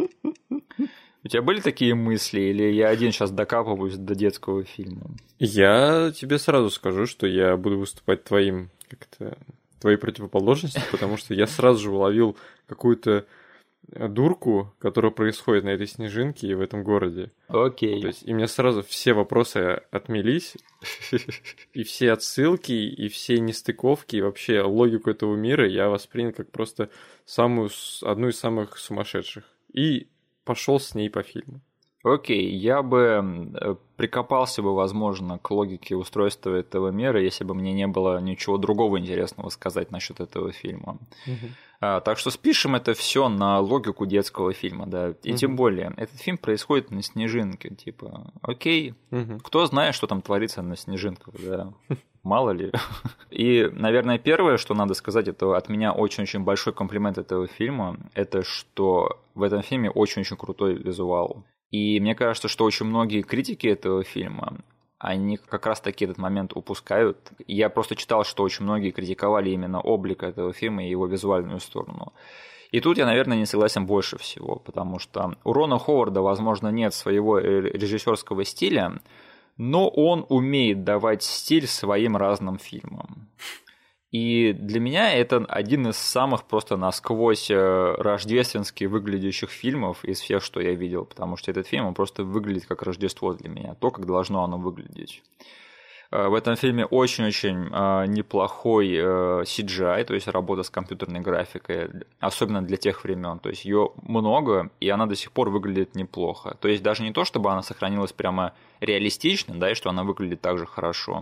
У тебя были такие мысли, или я один сейчас докапываюсь до детского фильма? Я тебе сразу скажу, что я буду выступать твоим, как-то, твоей противоположностью, потому что я сразу же уловил какую-то дурку, которая происходит на этой снежинке и в этом городе. Окей. То есть, и мне сразу все вопросы отмелись, и все отсылки, и все нестыковки, и вообще логику этого мира я воспринял как просто самую, одну из самых сумасшедших. И пошел с ней по фильму. Окей, я бы прикопался бы, возможно, к логике устройства этого мира, если бы мне не было ничего другого интересного сказать насчет этого фильма. Uh-huh. А, так что спишем это все на логику детского фильма, да. И uh-huh. тем более, этот фильм происходит на снежинке, типа, окей, uh-huh. кто знает, что там творится на снежинках, да. Мало ли. И, наверное, первое, что надо сказать, это от меня очень-очень большой комплимент этого фильма, это что в этом фильме очень-очень крутой визуал. И мне кажется, что очень многие критики этого фильма, они как раз-таки этот момент упускают. Я просто читал, что очень многие критиковали именно облик этого фильма и его визуальную сторону. И тут я, наверное, не согласен больше всего, потому что у Рона Ховарда, возможно, нет своего режиссерского стиля, но он умеет давать стиль своим разным фильмам. И для меня это один из самых просто насквозь рождественски выглядящих фильмов из всех, что я видел, потому что этот фильм он просто выглядит как Рождество для меня, то, как должно оно выглядеть. В этом фильме очень-очень неплохой си джи ай, то есть работа с компьютерной графикой, особенно для тех времен. То есть ее много, и она до сих пор выглядит неплохо. То есть даже не то, чтобы она сохранилась прямо реалистично, да, и что она выглядит так же хорошо,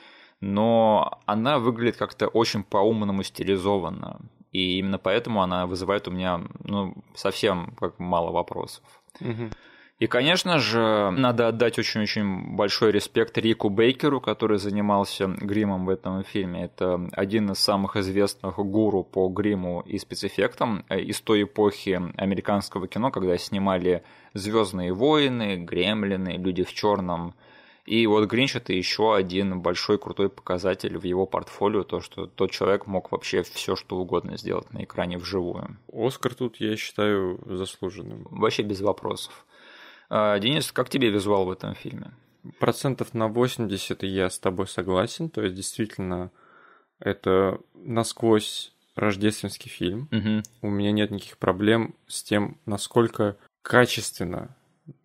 но она выглядит как-то очень по-умному стилизованно. И именно поэтому она вызывает у меня ну, совсем как мало вопросов. Угу. И, конечно же, надо отдать очень-очень большой респект Рику Бейкеру, который занимался гримом в этом фильме. Это один из самых известных гуру по гриму и спецэффектам из той эпохи американского кино, когда снимали «Звездные войны», «Гремлины», «Люди в черном». И вот Гринч – это еще один большой крутой показатель в его портфолио, то, что тот человек мог вообще все что угодно сделать на экране вживую. Оскар тут, я считаю, заслуженным. Вообще без вопросов. Денис, как тебе визуал в этом фильме? Процентов на восемьдесят я с тобой согласен. То есть, действительно, это насквозь рождественский фильм. Угу. У меня нет никаких проблем с тем, насколько качественно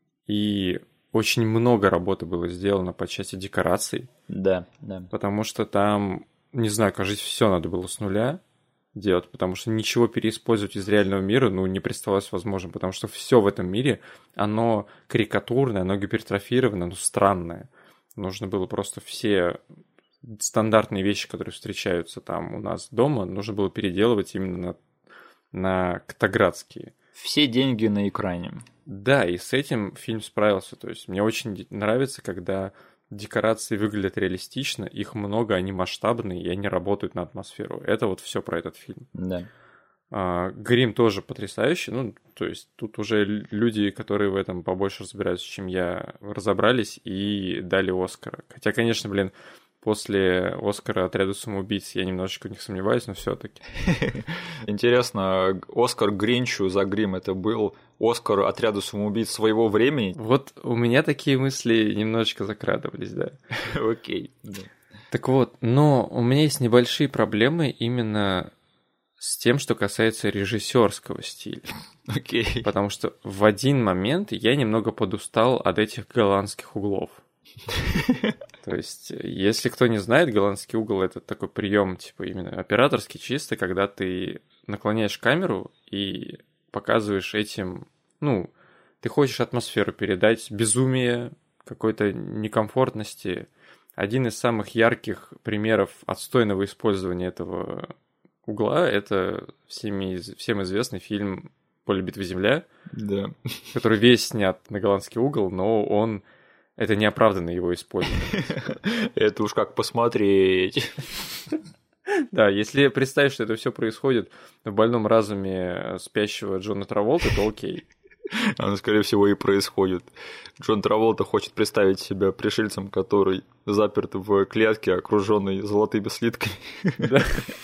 и очень много работы было сделано по части декораций. Да, да. Потому что там, не знаю, кажется, все надо было с нуля делать, потому что ничего переиспользовать из реального мира, ну, не представлялось возможным, потому что все в этом мире, оно карикатурное, оно гипертрофированное, оно странное. Нужно было просто все стандартные вещи, которые встречаются там у нас дома, нужно было переделывать именно на, на катаградские. Все деньги на экране. Да, и с этим фильм справился. То есть мне очень нравится, когда декорации выглядят реалистично, их много, они масштабные, и они работают на атмосферу. Это вот все про этот фильм. Да. А, грим тоже потрясающий. Ну, то есть тут уже люди, которые в этом побольше разбираются, чем я, разобрались и дали Оскара. Хотя, конечно, блин, после Оскара «Отряду самоубийц» я немножечко в них сомневаюсь, но все-таки. Интересно, Оскар Гринчу за грим это был Оскар «Отряду самоубийц» своего времени? Вот у меня такие мысли немножечко закрадывались, да. Окей, да. Так вот, но у меня есть небольшие проблемы именно с тем, что касается режиссерского стиля. Окей. Okay. Потому что в один момент я немного подустал от этих голландских углов. То есть, если кто не знает, голландский угол — это такой прием, типа именно операторский чисто, когда ты наклоняешь камеру и показываешь этим, ну, ты хочешь атмосферу передать, безумие, какой-то некомфортности. Один из самых ярких примеров отстойного использования этого угла — это всеми, всем известный фильм «Поле битвы Земля», да. который весь снят на голландский угол, но он... Это неоправданно его использование. Это уж как посмотреть. Да, если представить, что это все происходит в больном разуме спящего Джона Траволты, то окей. Оно, скорее всего, и происходит. Джон Траволта хочет представить себя пришельцем, который заперт в клетке, окруженный золотыми слитками. Да.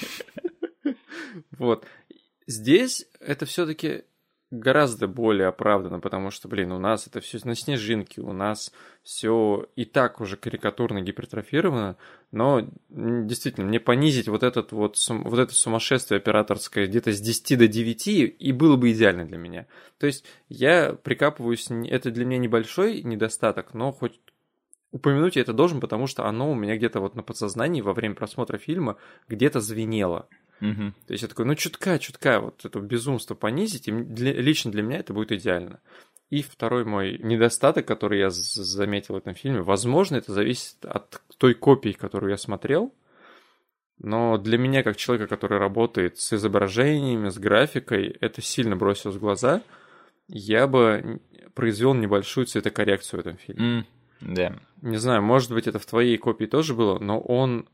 Вот. Здесь это все-таки гораздо более оправданно, потому что, блин, у нас это все на снежинке, у нас все и так уже карикатурно гипертрофировано, но действительно, мне понизить вот, этот вот, вот это сумасшествие операторское где-то с десяти до девяти, и было бы идеально для меня. То есть я прикапываюсь, это для меня небольшой недостаток, но хоть упомянуть я это должен, потому что оно у меня где-то вот на подсознании во время просмотра фильма где-то звенело. Угу. То есть я такой, ну чутка-чутка вот это безумство понизить, и для, лично для меня это будет идеально. И второй мой недостаток, который я заметил в этом фильме, возможно, это зависит от той копии, которую я смотрел, но для меня, как человека, который работает с изображениями, с графикой, это сильно бросилось в глаза. Я бы произвел небольшую цветокоррекцию в этом фильме. Mm, да. Не знаю, может быть, это в твоей копии тоже было, но он,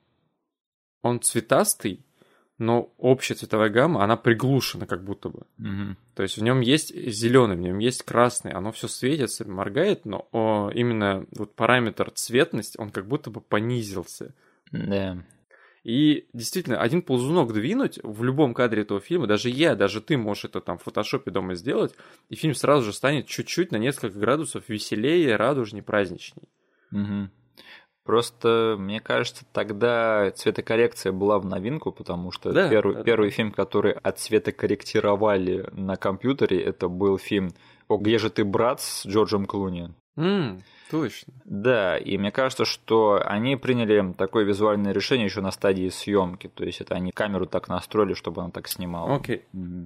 он цветастый, но общая цветовая гамма, она приглушена как будто бы. Mm-hmm. То есть в нем есть зеленый, в нем есть красный, оно все светится, моргает, но о, именно вот параметр цветность, он как будто бы понизился. Да. Yeah. И действительно, один ползунок двинуть в любом кадре этого фильма, даже я, даже ты можешь это там в фотошопе дома сделать, и фильм сразу же станет чуть-чуть на несколько градусов веселее, радужней, праздничней. Mm-hmm. Просто, мне кажется, тогда цветокоррекция была в новинку, потому что да, первый, да, первый да. фильм, который отцветокорректировали на компьютере, это был фильм «О, где же ты, брат?» с Джорджем Клуни. Mm, точно. Да, и мне кажется, что они приняли такое визуальное решение еще на стадии съемки, то есть это они камеру так настроили, чтобы она так снимала. Окей. Okay. Mm-hmm.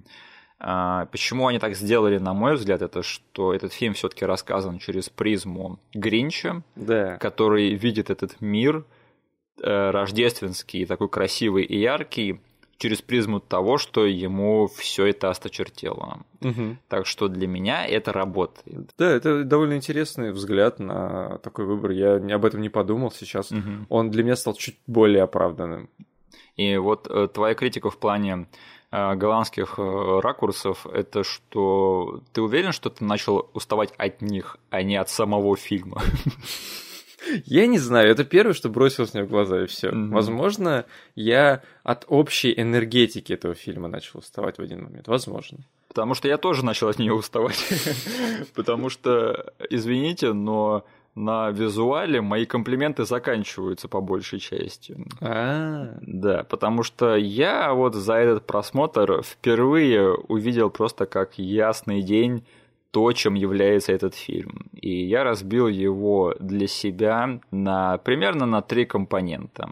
Почему они так сделали, на мой взгляд, это что этот фильм все-таки рассказан через призму Гринча, да. который видит этот мир э, рождественский, такой красивый и яркий, через призму того, что ему все это осточертело. Угу. Так что для меня это работает. Да, это довольно интересный взгляд на такой выбор. Я об этом не подумал сейчас. Угу. Он для меня стал чуть более оправданным. И вот э, твоя критика в плане голландских ракурсов, это что ты уверен, что ты начал уставать от них, а не от самого фильма? Я не знаю, это первое, что бросилось мне в глаза, и все. Mm-hmm. Возможно, я от общей энергетики этого фильма начал уставать в один момент. Возможно. Потому что я тоже начал от нее уставать. Потому что, извините, но на визуале мои комплименты заканчиваются по большей части. А-а-а. Да, потому что я вот за этот просмотр впервые увидел просто как ясный день то, чем является этот фильм. И я разбил его для себя на примерно на три компонента.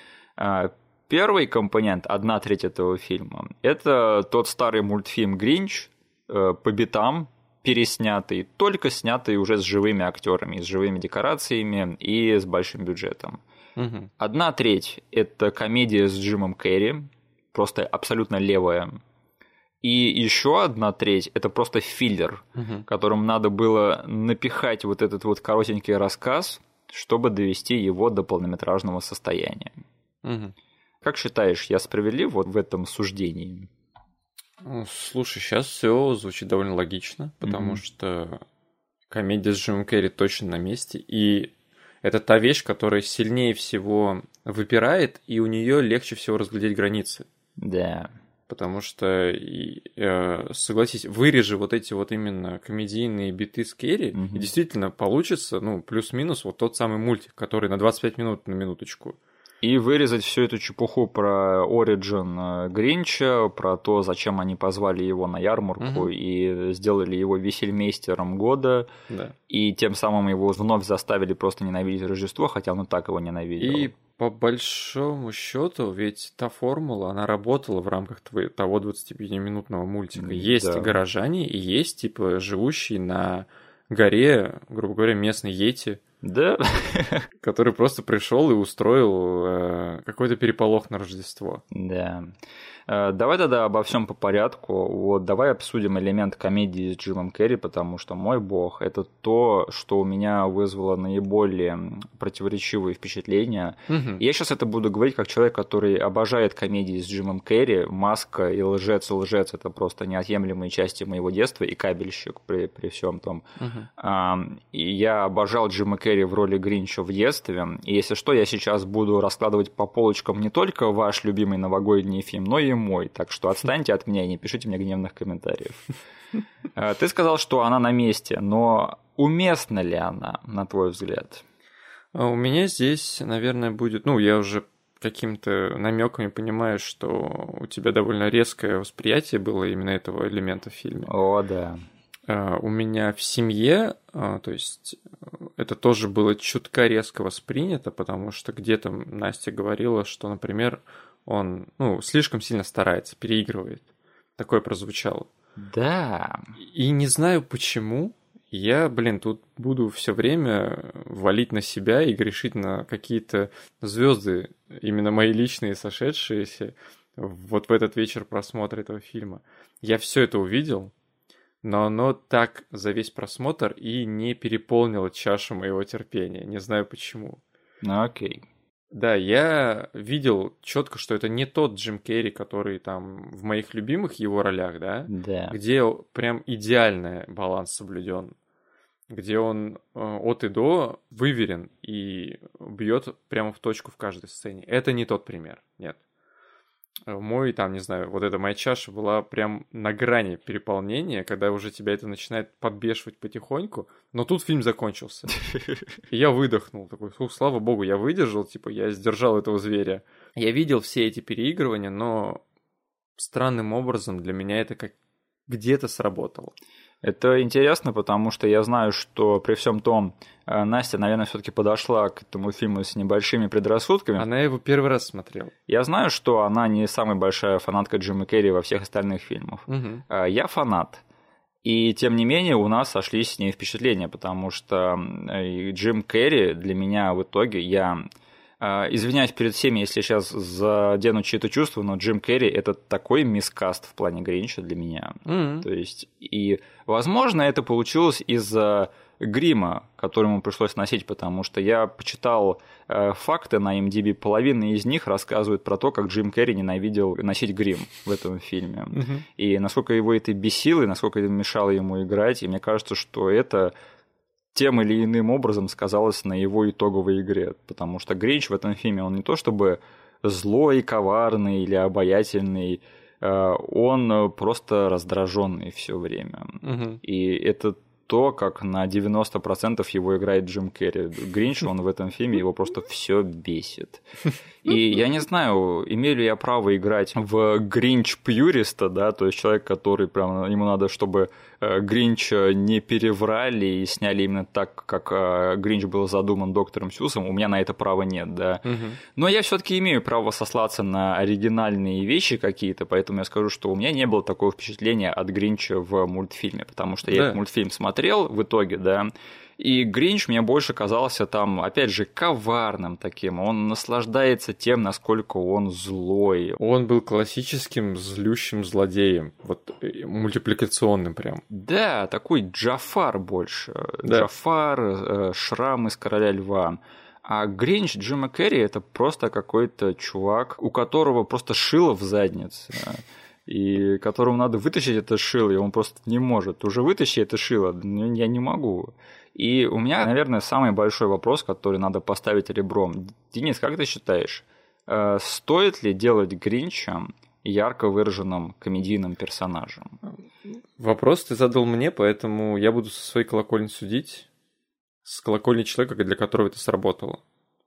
Первый компонент, одна треть этого фильма, это тот старый мультфильм «Гринч» по битам, переснятый, только снятый уже с живыми актерами, с живыми декорациями и с большим бюджетом. Угу. Одна треть – это комедия с Джимом Керри, просто абсолютно левая. И еще одна треть – это просто филлер, угу. которым надо было напихать вот этот вот коротенький рассказ, чтобы довести его до полнометражного состояния. Угу. Как считаешь, я справедлив вот в этом суждении? Слушай, сейчас все звучит довольно логично, потому mm-hmm. что комедия с Джимом Керри точно на месте, и это та вещь, которая сильнее всего выпирает, и у нее легче всего разглядеть границы. Да. Потому что, и, э, согласись, вырежи вот эти вот именно комедийные биты с Керри, mm-hmm. и действительно получится, ну, плюс-минус вот тот самый мультик, который на двадцать пять минут на минуточку. И вырезать всю эту чепуху про Origin Гринча, про то, зачем они позвали его на ярмарку угу. и сделали его весельмейстером года, да. и тем самым его вновь заставили просто ненавидеть Рождество, хотя он и так его ненавидел. И по большому счету, ведь та формула, она работала в рамках того двадцатипятиминутного мультика. Есть да. горожане и есть типа живущий на горе, грубо говоря, местный йети. Да. Который просто пришел и устроил э, какой-то переполох на Рождество. Да. Давай тогда обо всем по порядку. Вот давай обсудим элемент комедии с Джимом Керри, потому что мой бог, это то, что у меня вызвало наиболее противоречивые впечатления. Угу. Я сейчас это буду говорить как человек, который обожает комедии с Джимом Керри. «Маска» и «Лжец» и «Лжец» — это просто неотъемлемые части моего детства, и «Кабельщик» при, при всем том. Угу. И я обожал Джима Керри в роли Гринча в детстве. И если что, я сейчас буду раскладывать по полочкам не только ваш любимый новогодний фильм, но и мой, так что отстаньте от меня и не пишите мне гневных комментариев. Ты сказал, что она на месте, но уместна ли она, на твой взгляд? У меня здесь, наверное, будет... Ну, я уже какими-то намеками понимаю, что у тебя довольно резкое восприятие было именно этого элемента в фильме. О, да. У меня в семье, то есть это тоже было чутка резко воспринято, потому что где-то Настя говорила, что, например, он, ну, слишком сильно старается, переигрывает. Такое прозвучало. Да. И не знаю почему, я, блин, тут буду все время валить на себя и грешить на какие-то звезды, именно мои личные, сошедшиеся вот в этот вечер просмотра этого фильма. Я все это увидел, но оно так за весь просмотр и не переполнило чашу моего терпения. Не знаю почему. Ну, окей. Да, я видел четко, что это не тот Джим Керри, который там в моих любимых его ролях, да, да. где прям идеальный баланс соблюден, где он э, от и до выверен и бьет прямо в точку в каждой сцене. Это не тот пример, нет. Мой, там, не знаю, вот эта моя чаша была прям на грани переполнения, когда уже тебя это начинает подбешивать потихоньку, но тут фильм закончился. И я выдохнул, такой, слава богу, я выдержал, типа, я сдержал этого зверя. Я видел все эти переигрывания, но странным образом для меня это как где-то сработало. Это интересно, потому что я знаю, что при всем том, Настя, наверное, все-таки подошла к этому фильму с небольшими предрассудками. Она его первый раз смотрела. Я знаю, что она не самая большая фанатка Джима Керри во всех остальных фильмах. Угу. Я фанат. И тем не менее у нас сошлись с ней впечатления, потому что Джим Керри для меня в итоге, я... Извиняюсь перед всеми, если сейчас задену чьи-то чувства, но Джим Керри — это такой мискаст в плане Гринча для меня. Mm-hmm. То есть, и, возможно, это получилось из-за грима, который ему пришлось носить, потому что я почитал э, факты на эм ди би, половина из них рассказывают про то, как Джим Керри ненавидел носить грим в этом фильме. Mm-hmm. И насколько его это бесило, и насколько это мешало ему играть. И мне кажется, что это... тем или иным образом сказалось на его итоговой игре, потому что Гринч в этом фильме, он не то чтобы злой, коварный или обаятельный, он просто раздраженный все время. Угу. И это то, как на девяносто процентов его играет Джим Керри. Гринч, он в этом фильме, его просто все бесит. И я не знаю, имею ли я право играть в Гринч-пьюриста, да, то есть человек, который прям, ему надо, чтобы Гринча не переврали и сняли именно так, как Гринч был задуман доктором Сьюзом, у меня на это права нет, да. Угу. Но я все-таки имею право сослаться на оригинальные вещи какие-то, поэтому я скажу, что у меня не было такого впечатления от Гринча в мультфильме, потому что я да. этот мультфильм смотрел в итоге, да. И Гринч мне больше казался там, опять же, коварным таким. Он наслаждается тем, насколько он злой. Он был классическим злющим злодеем. Вот мультипликационным прям. Да, такой Джафар больше. Да. Джафар, Шрам из «Короля льва». А Гринч Джима Керри — это просто какой-то чувак, у которого просто шило в заднице. И которому надо вытащить это шило, и он просто не может. Уже вытащи это шило, я не могу. И у меня, наверное, самый большой вопрос, который надо поставить ребром. Денис, как ты считаешь, стоит ли делать Гринча ярко выраженным комедийным персонажем? Вопрос ты задал мне, поэтому я буду со своей колокольни судить. С колокольни человека, для которого это сработало.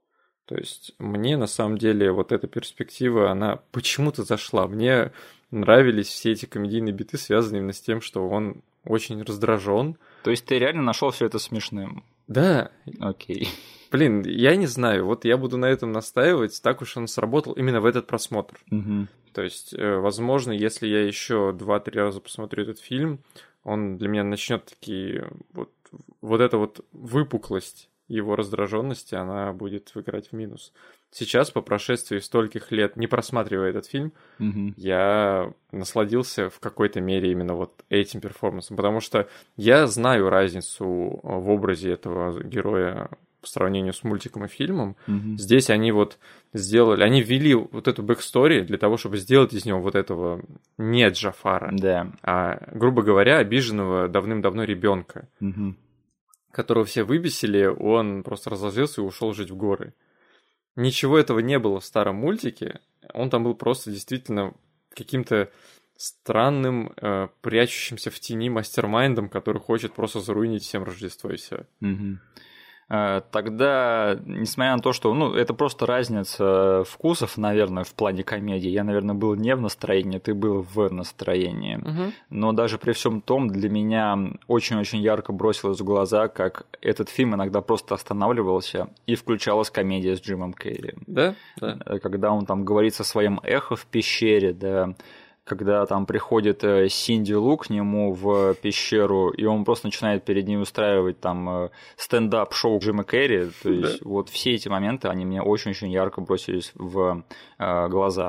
То есть мне на самом деле вот эта перспектива, она почему-то зашла. Мне нравились все эти комедийные биты, связанные именно с тем, что он очень раздражен. То есть ты реально нашел все это смешным? Да. Окей. Блин, я не знаю, вот я буду на этом настаивать, так уж он сработал именно в этот просмотр. Угу. То есть, возможно, если я еще два-три раза посмотрю этот фильм, он для меня начнет такие вот, вот эта вот выпуклость его раздраженности, она будет выиграть в минус. Сейчас, по прошествии стольких лет, не просматривая этот фильм, угу. я насладился в какой-то мере именно вот этим перформансом, потому что я знаю разницу в образе этого героя по сравнению с мультиком и фильмом. Угу. Здесь они вот сделали, они ввели вот эту бэкстори для того, чтобы сделать из него вот этого не Джафара, да. а, грубо говоря, обиженного давным-давно ребенка. Угу. Которого все выбесили, он просто разозлился и ушел жить в горы. Ничего этого не было в старом мультике. Он там был просто действительно каким-то странным, э, прячущимся в тени мастермайндом, который хочет просто заруинить всем Рождество и все. Угу. Тогда, несмотря на то, что ну, это просто разница вкусов, наверное, в плане комедии. Я, наверное, был не в настроении, ты был в настроении. Угу. Но даже при всем том, для меня очень-очень ярко бросилось в глаза, как этот фильм иногда просто останавливался, и включалась комедия с Джимом Керри. Да, да. Когда он там говорит со своим эхо в пещере, да, когда там приходит Синди Лу к нему в пещеру, и он просто начинает перед ним устраивать там стендап-шоу Джима Керри. То есть да. Вот все эти моменты, они мне очень-очень ярко бросились в э, глаза.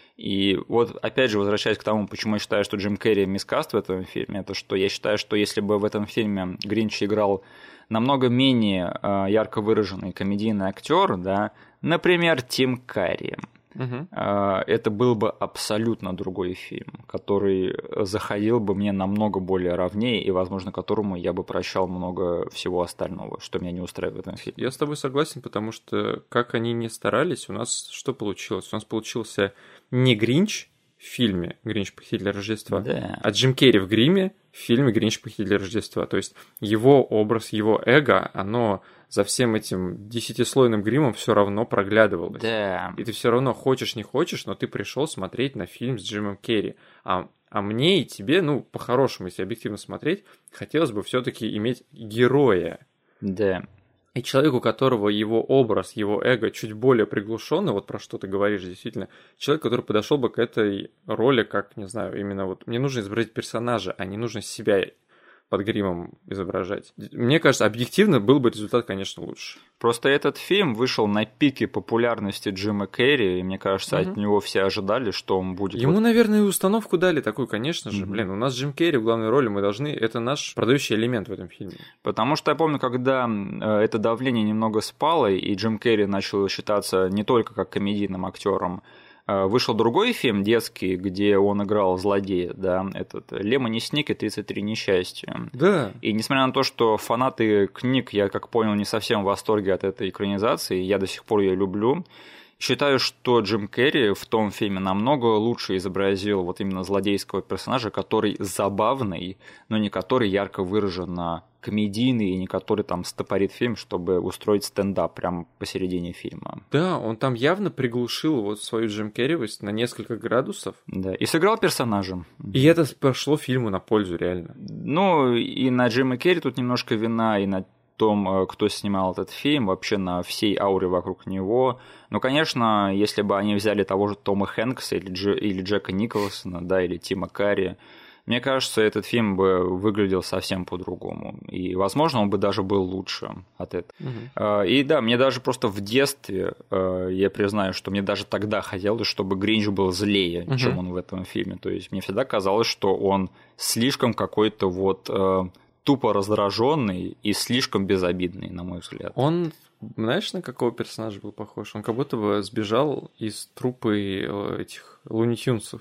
И вот опять же, возвращаясь к тому, почему я считаю, что Джим Керри мискаст в этом фильме, это что я считаю, что если бы в этом фильме Гринч играл намного менее э, ярко выраженный комедийный актер, да, например, Тим Карри, Угу. это был бы абсолютно другой фильм, который заходил бы мне намного более ровнее и, возможно, которому я бы прощал много всего остального, что меня не устраивает в этом фильме. Я с тобой согласен, потому что, как они ни старались, у нас что получилось? У нас получился не Гринч в фильме «Гринч. Похититель Рождества», да. а Джим Керри в гриме в фильме «Гринч. Похититель Рождества». То есть его образ, его эго, оно за всем этим десятислойным гримом все равно проглядывалось. Да. И ты все равно хочешь, не хочешь, но ты пришел смотреть на фильм с Джимом Керри. А, а мне и тебе, ну, по-хорошему, если объективно смотреть, хотелось бы все-таки иметь героя. Да. И человек, у которого его образ, его эго чуть более приглушенный, вот про что ты говоришь, действительно, человек, который подошел бы к этой роли, как, не знаю, именно вот мне нужно изобразить персонажа, а не нужно себя под гримом изображать. Мне кажется, объективно был бы результат, конечно, лучше. Просто этот фильм вышел на пике популярности Джима Керри, и мне кажется, угу. от него все ожидали, что он будет... Ему, вот... наверное, и установку дали такую, конечно же. Угу. Блин, у нас Джим Керри в главной роли, мы должны... Это наш продающий элемент в этом фильме. Потому что я помню, когда это давление немного спало, и Джим Керри начал считаться не только как комедийным актером, вышел другой фильм детский, где он играл злодея, да, этот «Лемони Сникет. тридцать три несчастья». Да. И несмотря на то, что фанаты книг, я как понял, не совсем в восторге от этой экранизации, я до сих пор ее люблю, считаю, что Джим Керри в том фильме намного лучше изобразил вот именно злодейского персонажа, который забавный, но не который ярко выраженно комедийный, и не который там стопорит фильм, чтобы устроить стендап прямо посередине фильма. Да, он там явно приглушил вот свою Джим Керривость на несколько градусов. Да, и сыграл персонажем. И это пошло фильму на пользу, реально. Ну, и на Джима Керри тут немножко вина, и на том, кто снимал этот фильм, вообще на всей ауре вокруг него. Ну, конечно, если бы они взяли того же Тома Хэнкса или, Дж... или Джека Николсона, да, или Тима Карри, мне кажется, этот фильм бы выглядел совсем по-другому. И, возможно, он бы даже был лучше от этого. Uh-huh. И да, мне даже просто в детстве, я признаю, что мне даже тогда хотелось, чтобы Гринч был злее, uh-huh. чем он в этом фильме. То есть мне всегда казалось, что он слишком какой-то вот тупо раздраженный и слишком безобидный, на мой взгляд. Он, знаешь, на какого персонажа был похож? Он как будто бы сбежал из труппы этих Луни Тюнсов.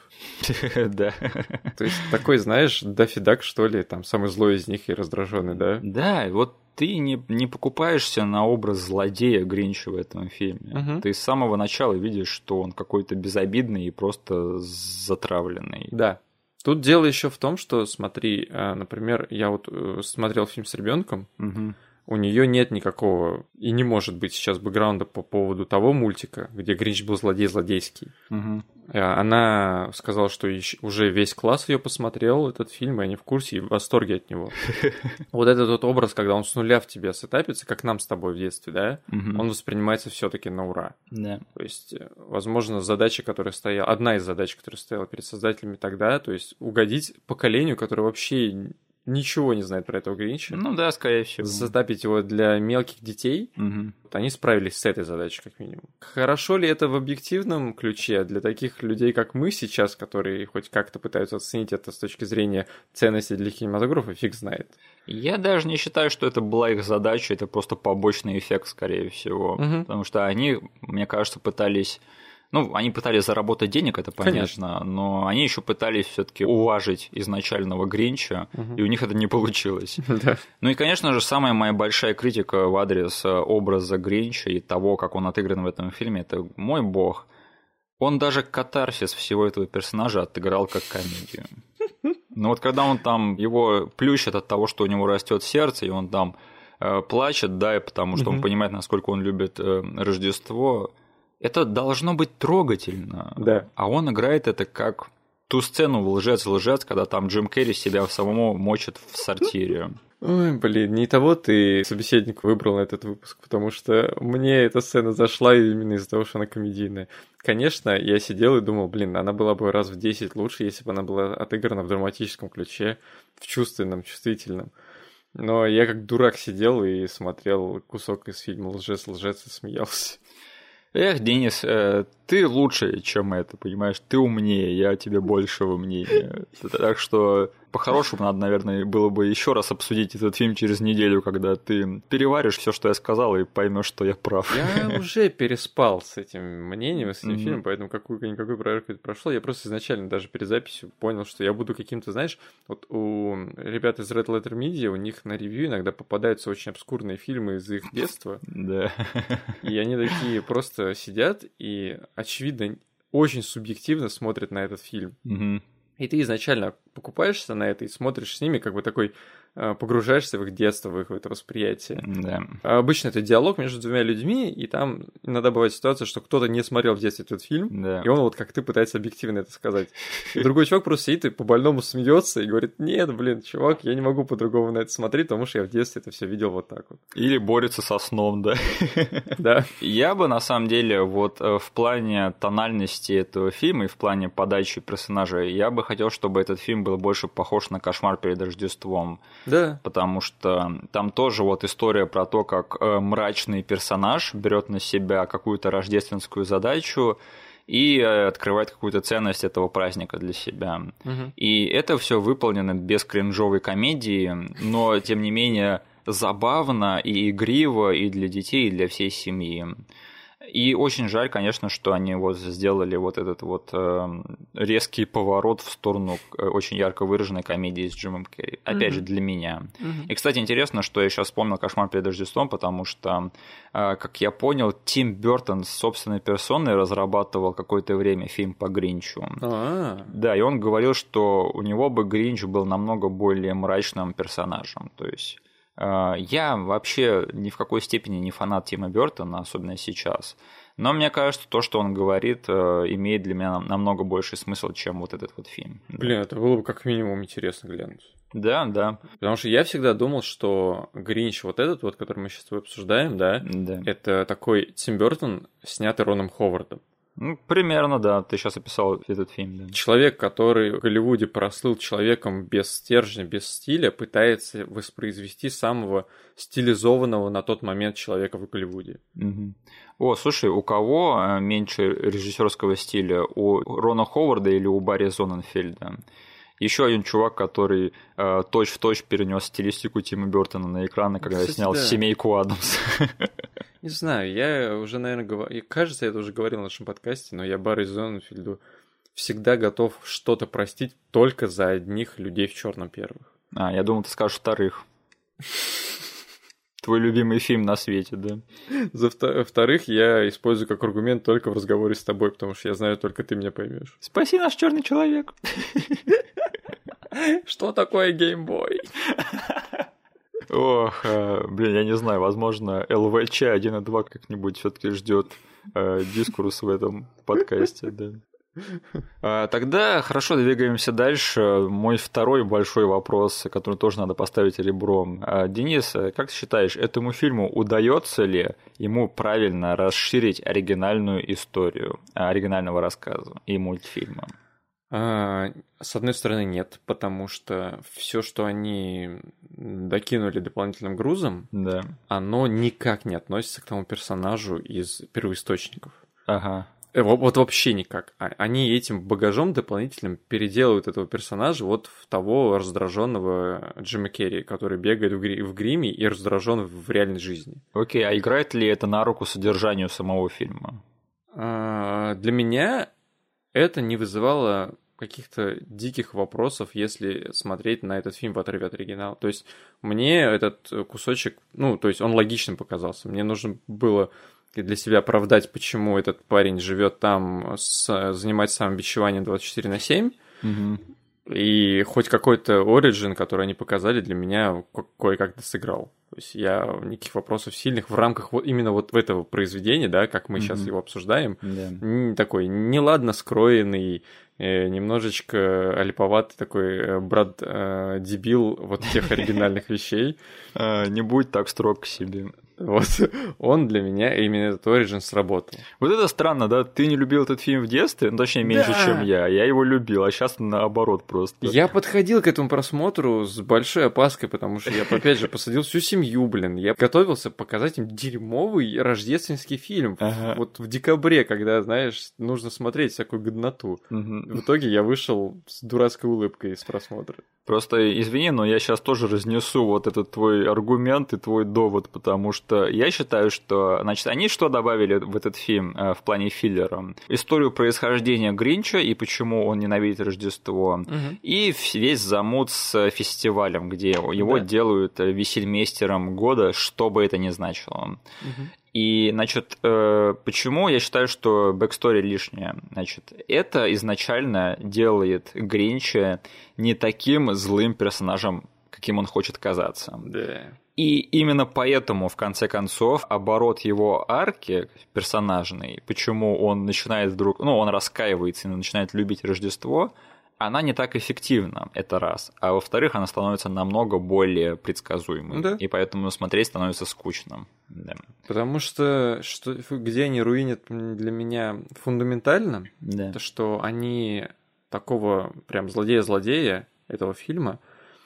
Да. То есть такой, знаешь, Даффи Дак, что ли, там самый злой из них и раздраженный, да? Да, вот ты не, не покупаешься на образ злодея Гринча в этом фильме. Uh-huh. Ты с самого начала видишь, что он какой-то безобидный и просто затравленный. Да. Тут дело еще в том, что, смотри, например, я вот смотрел фильм с ребенком, угу. у нее нет никакого и не может быть сейчас бэкграунда по поводу того мультика, где Гринч был злодей злодейский. Угу. Она сказала, что уже весь класс ее посмотрел, этот фильм, и они в курсе и в восторге от него. Вот этот вот образ, когда он с нуля в тебя сетапится, как нам с тобой в детстве, да, он воспринимается все-таки на ура. Да. То есть, возможно, задача, которая стояла, одна из задач, которая стояла перед создателями тогда, то есть угодить поколению, которое вообще ничего не знает про этого Гринча. Ну да, скорее всего. Затапить его для мелких детей. Угу. Вот они справились с этой задачей, как минимум. Хорошо ли это в объективном ключе для таких людей, как мы сейчас, которые хоть как-то пытаются оценить это с точки зрения ценности для кинематографа, фиг знает. Я даже не считаю, что это была их задача, это просто побочный эффект, скорее всего. Угу. Потому что они, мне кажется, пытались... Ну, они пытались заработать денег, это понятно, конечно, но они еще пытались все-таки уважить изначального Гринча, угу. и у них это не получилось. Да. Ну и, конечно же, самая моя большая критика в адрес образа Гринча и того, как он отыгран в этом фильме, это мой бог. Он даже катарсис всего этого персонажа отыграл как комедию. Но вот когда он там, его плющит от того, что у него растет сердце, и он там э, плачет, да, потому что угу. он понимает, насколько он любит э, Рождество. Это должно быть трогательно, да. А он играет это как ту сцену в «Лжец-лжец», когда там Джим Керри себя самому мочит в сортире. Ой, блин, не того ты собеседник выбрал на этот выпуск, потому что мне эта сцена зашла именно из-за того, что она комедийная. Конечно, я сидел и думал, блин, она была бы раз в десять лучше, если бы она была отыграна в драматическом ключе, в чувственном, чувствительном. Но я как дурак сидел и смотрел кусок из фильма «Лжец-лжец» и смеялся. Эх, Денис, э, ты лучше, чем это, понимаешь? Ты умнее, я тебе большего мнения. Так что по-хорошему надо, наверное, было бы еще раз обсудить этот фильм через неделю, когда ты переваришь все, что я сказал, и поймешь, что я прав. Я уже переспал с этим мнением, с этим mm-hmm. фильмом, поэтому какую-никакую проверку это прошло. Я просто изначально даже перед записью понял, что я буду каким-то, знаешь, вот у ребят из Red Letter Media, у них на ревью иногда попадаются очень обскурные фильмы из их детства. Да. И они такие просто сидят и, очевидно, очень субъективно смотрят на этот фильм. Mm-hmm. И ты изначально покупаешься на это и смотришь с ними, как бы такой погружаешься в их детство, в их в это восприятие. Да. Обычно это диалог между двумя людьми, и там иногда бывает ситуация, что кто-то не смотрел в детстве этот фильм, да. и он вот как ты пытается объективно это сказать. И другой чувак просто сидит и по-больному смеется и говорит: нет, блин, чувак, я не могу по-другому на это смотреть, потому что я в детстве это все видел вот так вот. Или борется со сном, да. Да. Я бы, на самом деле, вот в плане тональности этого фильма и в плане подачи персонажей, я бы хотел, чтобы этот фильм был больше похож на «Кошмар перед Рождеством». Да. Потому что там тоже вот история про то, как э, мрачный персонаж берет на себя какую-то рождественскую задачу и э, открывает какую-то ценность этого праздника для себя. Угу. И это все выполнено без кринжовой комедии, но тем не менее забавно и игриво и для детей, и для всей семьи. И очень жаль, конечно, что они вот сделали вот этот вот э, резкий поворот в сторону очень ярко выраженной комедии с Джимом Керри. Опять mm-hmm. же, для меня. Mm-hmm. И, кстати, интересно, что я сейчас вспомнил «Кошмар перед Рождеством», потому что, э, как я понял, Тим Бёртон с собственной персоной разрабатывал какое-то время фильм по Гринчу. Ah. Да, и он говорил, что у него бы Гринч был намного более мрачным персонажем. То есть... Я вообще ни в какой степени не фанат Тима Бёртона, особенно сейчас. Но мне кажется, то, что он говорит, имеет для меня намного больший смысл, чем вот этот вот фильм. Блин, это было бы как минимум интересно глянуть. Да, да. Потому что я всегда думал, что Гринч, вот этот вот, который мы сейчас с тобой обсуждаем, да, да. это такой Тим Бёртон, снятый Роном Ховардом. Ну, примерно, да. Ты сейчас описал этот фильм, да. Человек, который в Голливуде прослыл человеком без стержня, без стиля, пытается воспроизвести самого стилизованного на тот момент человека в Голливуде. Угу. О, слушай, у кого меньше режиссерского стиля? У Рона Ховарда или у Барри Зонненфельда? Еще один чувак, который э, точь-в-точь перенес стилистику Тима Бёртона на экраны, когда Кстати, снял да. «Семейку Адамс». Не знаю, я уже, наверное, говорил... Кажется, я это уже говорил в нашем подкасте, но я Барри Зонненфельду всегда готов что-то простить только за одних людей в черном первых. А, я думал, ты скажешь вторых. Твой любимый фильм на свете, да? За вторых я использую как аргумент только в разговоре с тобой, потому что я знаю, только ты меня поймешь. Спаси наш черный человек. Что такое геймбой? Ох, блин, я не знаю, возможно, эл вэ че один и два как-нибудь все-таки ждет дискурс в этом подкасте, да. Тогда хорошо, двигаемся дальше. Мой второй большой вопрос, который тоже надо поставить ребром. Денис, как ты считаешь, этому фильму удается ли ему правильно расширить оригинальную историю оригинального рассказа и мультфильма? С одной стороны, нет, потому что все, что они докинули дополнительным грузом, да. оно никак не относится к тому персонажу из первоисточников. Ага. Вот вообще никак. Они этим багажом дополнительным переделывают этого персонажа вот в того раздраженного Джима Керри, который бегает в, гри- в гриме и раздражен в реальной жизни. Окей, а играет ли это на руку содержанию самого фильма? А, для меня это не вызывало каких-то диких вопросов, если смотреть на этот фильм в отрыве от оригинала. То есть мне этот кусочек, ну, то есть он логичным показался. Мне нужно было для себя оправдать, почему этот парень живет там, с, занимается самобичеванием двадцать четыре на семь. Угу. И хоть какой-то оригин, который они показали, для меня кое-как сыграл. То есть я никаких вопросов сильных в рамках вот именно вот этого произведения, да, как мы mm-hmm. сейчас его обсуждаем, yeah. такой неладно скроенный, немножечко олиповатый такой брат-дебил вот тех оригинальных вещей. Не будь так строг к себе. Вот он для меня, именно этот Origin сработал. Вот это странно, да? Ты не любил этот фильм в детстве, ну, точнее, меньше, да. чем я. Я его любил, а сейчас наоборот просто. Я подходил к этому просмотру с большой опаской, потому что я, опять же, посадил всю семью, блин. Я готовился показать им дерьмовый рождественский фильм ага. вот в декабре, когда, знаешь, нужно смотреть всякую годноту. Угу. В итоге я вышел с дурацкой улыбкой из просмотра. Просто извини, но я сейчас тоже разнесу вот этот твой аргумент и твой довод, потому что я считаю, что, значит, они что добавили в этот фильм э, в плане филлера? Историю происхождения Гринча и почему он ненавидит Рождество, угу. и весь замут с фестивалем, где его да. делают весельмейстером года, что бы это ни значило. Угу. И, значит, почему я считаю, что бэкстори лишняя? Значит, это изначально делает Гринча не таким злым персонажем, каким он хочет казаться. Да. И именно поэтому, в конце концов, оборот его арки персонажной, почему он начинает вдруг, ну, он раскаивается и начинает любить Рождество, она не так эффективна, это раз. А во-вторых, она становится намного более предсказуемой. Да. И поэтому смотреть становится скучным. Да. Потому что, что где они руинят для меня фундаментально, да. то что они такого прям злодея-злодея этого фильма,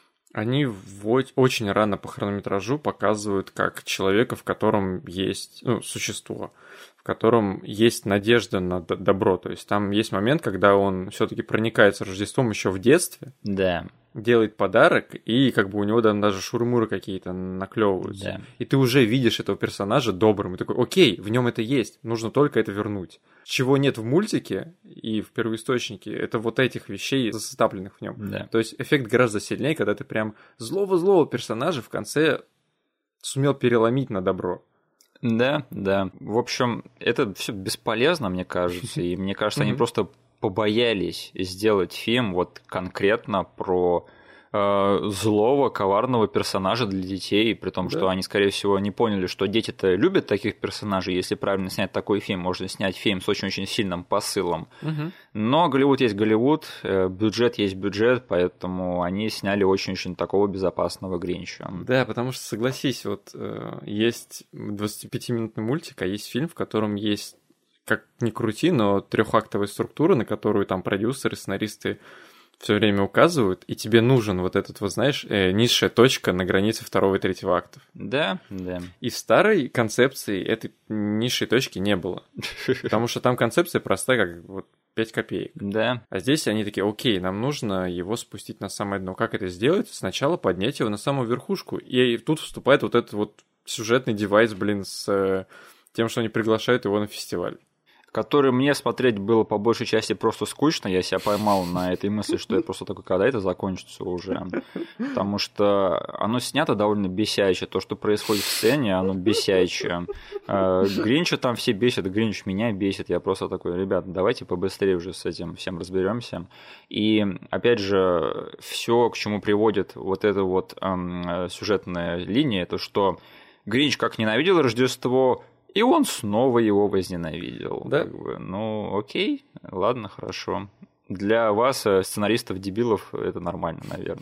они очень рано по хронометражу показывают как человека, в котором есть, ну, существо, в котором есть надежда на добро. То есть там есть момент, когда он все-таки проникается Рождеством еще в детстве, да. делает подарок, и как бы у него там даже шурмуры какие-то наклевываются. Да. И ты уже видишь этого персонажа добрым, и такой, окей, в нем это есть, нужно только это вернуть. Чего нет в мультике и в первоисточнике, это вот этих вещей, засетапленных в нем. Да. То есть эффект гораздо сильнее, когда ты прям злого-злого персонажа в конце сумел переломить на добро. Да, да. В общем, это все бесполезно, мне кажется. И мне кажется, они просто побоялись сделать фильм вот конкретно про э, злого, коварного персонажа для детей, при том, да. что они, скорее всего, не поняли, что дети-то любят таких персонажей. Если правильно снять такой фильм, можно снять фильм с очень-очень сильным посылом. Угу. Но Голливуд есть Голливуд, э, бюджет есть бюджет, поэтому они сняли очень-очень такого безопасного Гринча. Да, потому что, согласись, вот э, есть двадцатипятиминутный мультик, а есть фильм, в котором есть, как ни крути, но трехактовая структура, на которую там продюсеры, сценаристы все время указывают, и тебе нужен вот этот, вот знаешь, э, низшая точка на границе второго и третьего актов. Да, да. И в старой концепции этой низшей точки не было. Потому что там концепция простая, как вот пять копеек. Да. А здесь они такие, окей, нам нужно его спустить на самое дно. Как это сделать? Сначала поднять его на самую верхушку. И тут вступает вот этот вот сюжетный девайс, блин, с тем, что они приглашают его на фестиваль. который мне смотреть было по большей части просто скучно. Я себя поймал на этой мысли, что я просто такой, когда это закончится уже. Потому что оно снято довольно бесяче. То, что происходит в сцене, оно бесячее. Гринча там все бесят, Гринч меня бесит. Я просто такой, ребят, давайте побыстрее уже с этим всем разберемся. И опять же, все, к чему приводит вот эта вот эм, сюжетная линия, это что Гринч как ненавидел Рождество, и он снова его возненавидел. Да? Как бы, ну, окей, ладно, хорошо. Для вас, сценаристов-дебилов, это нормально,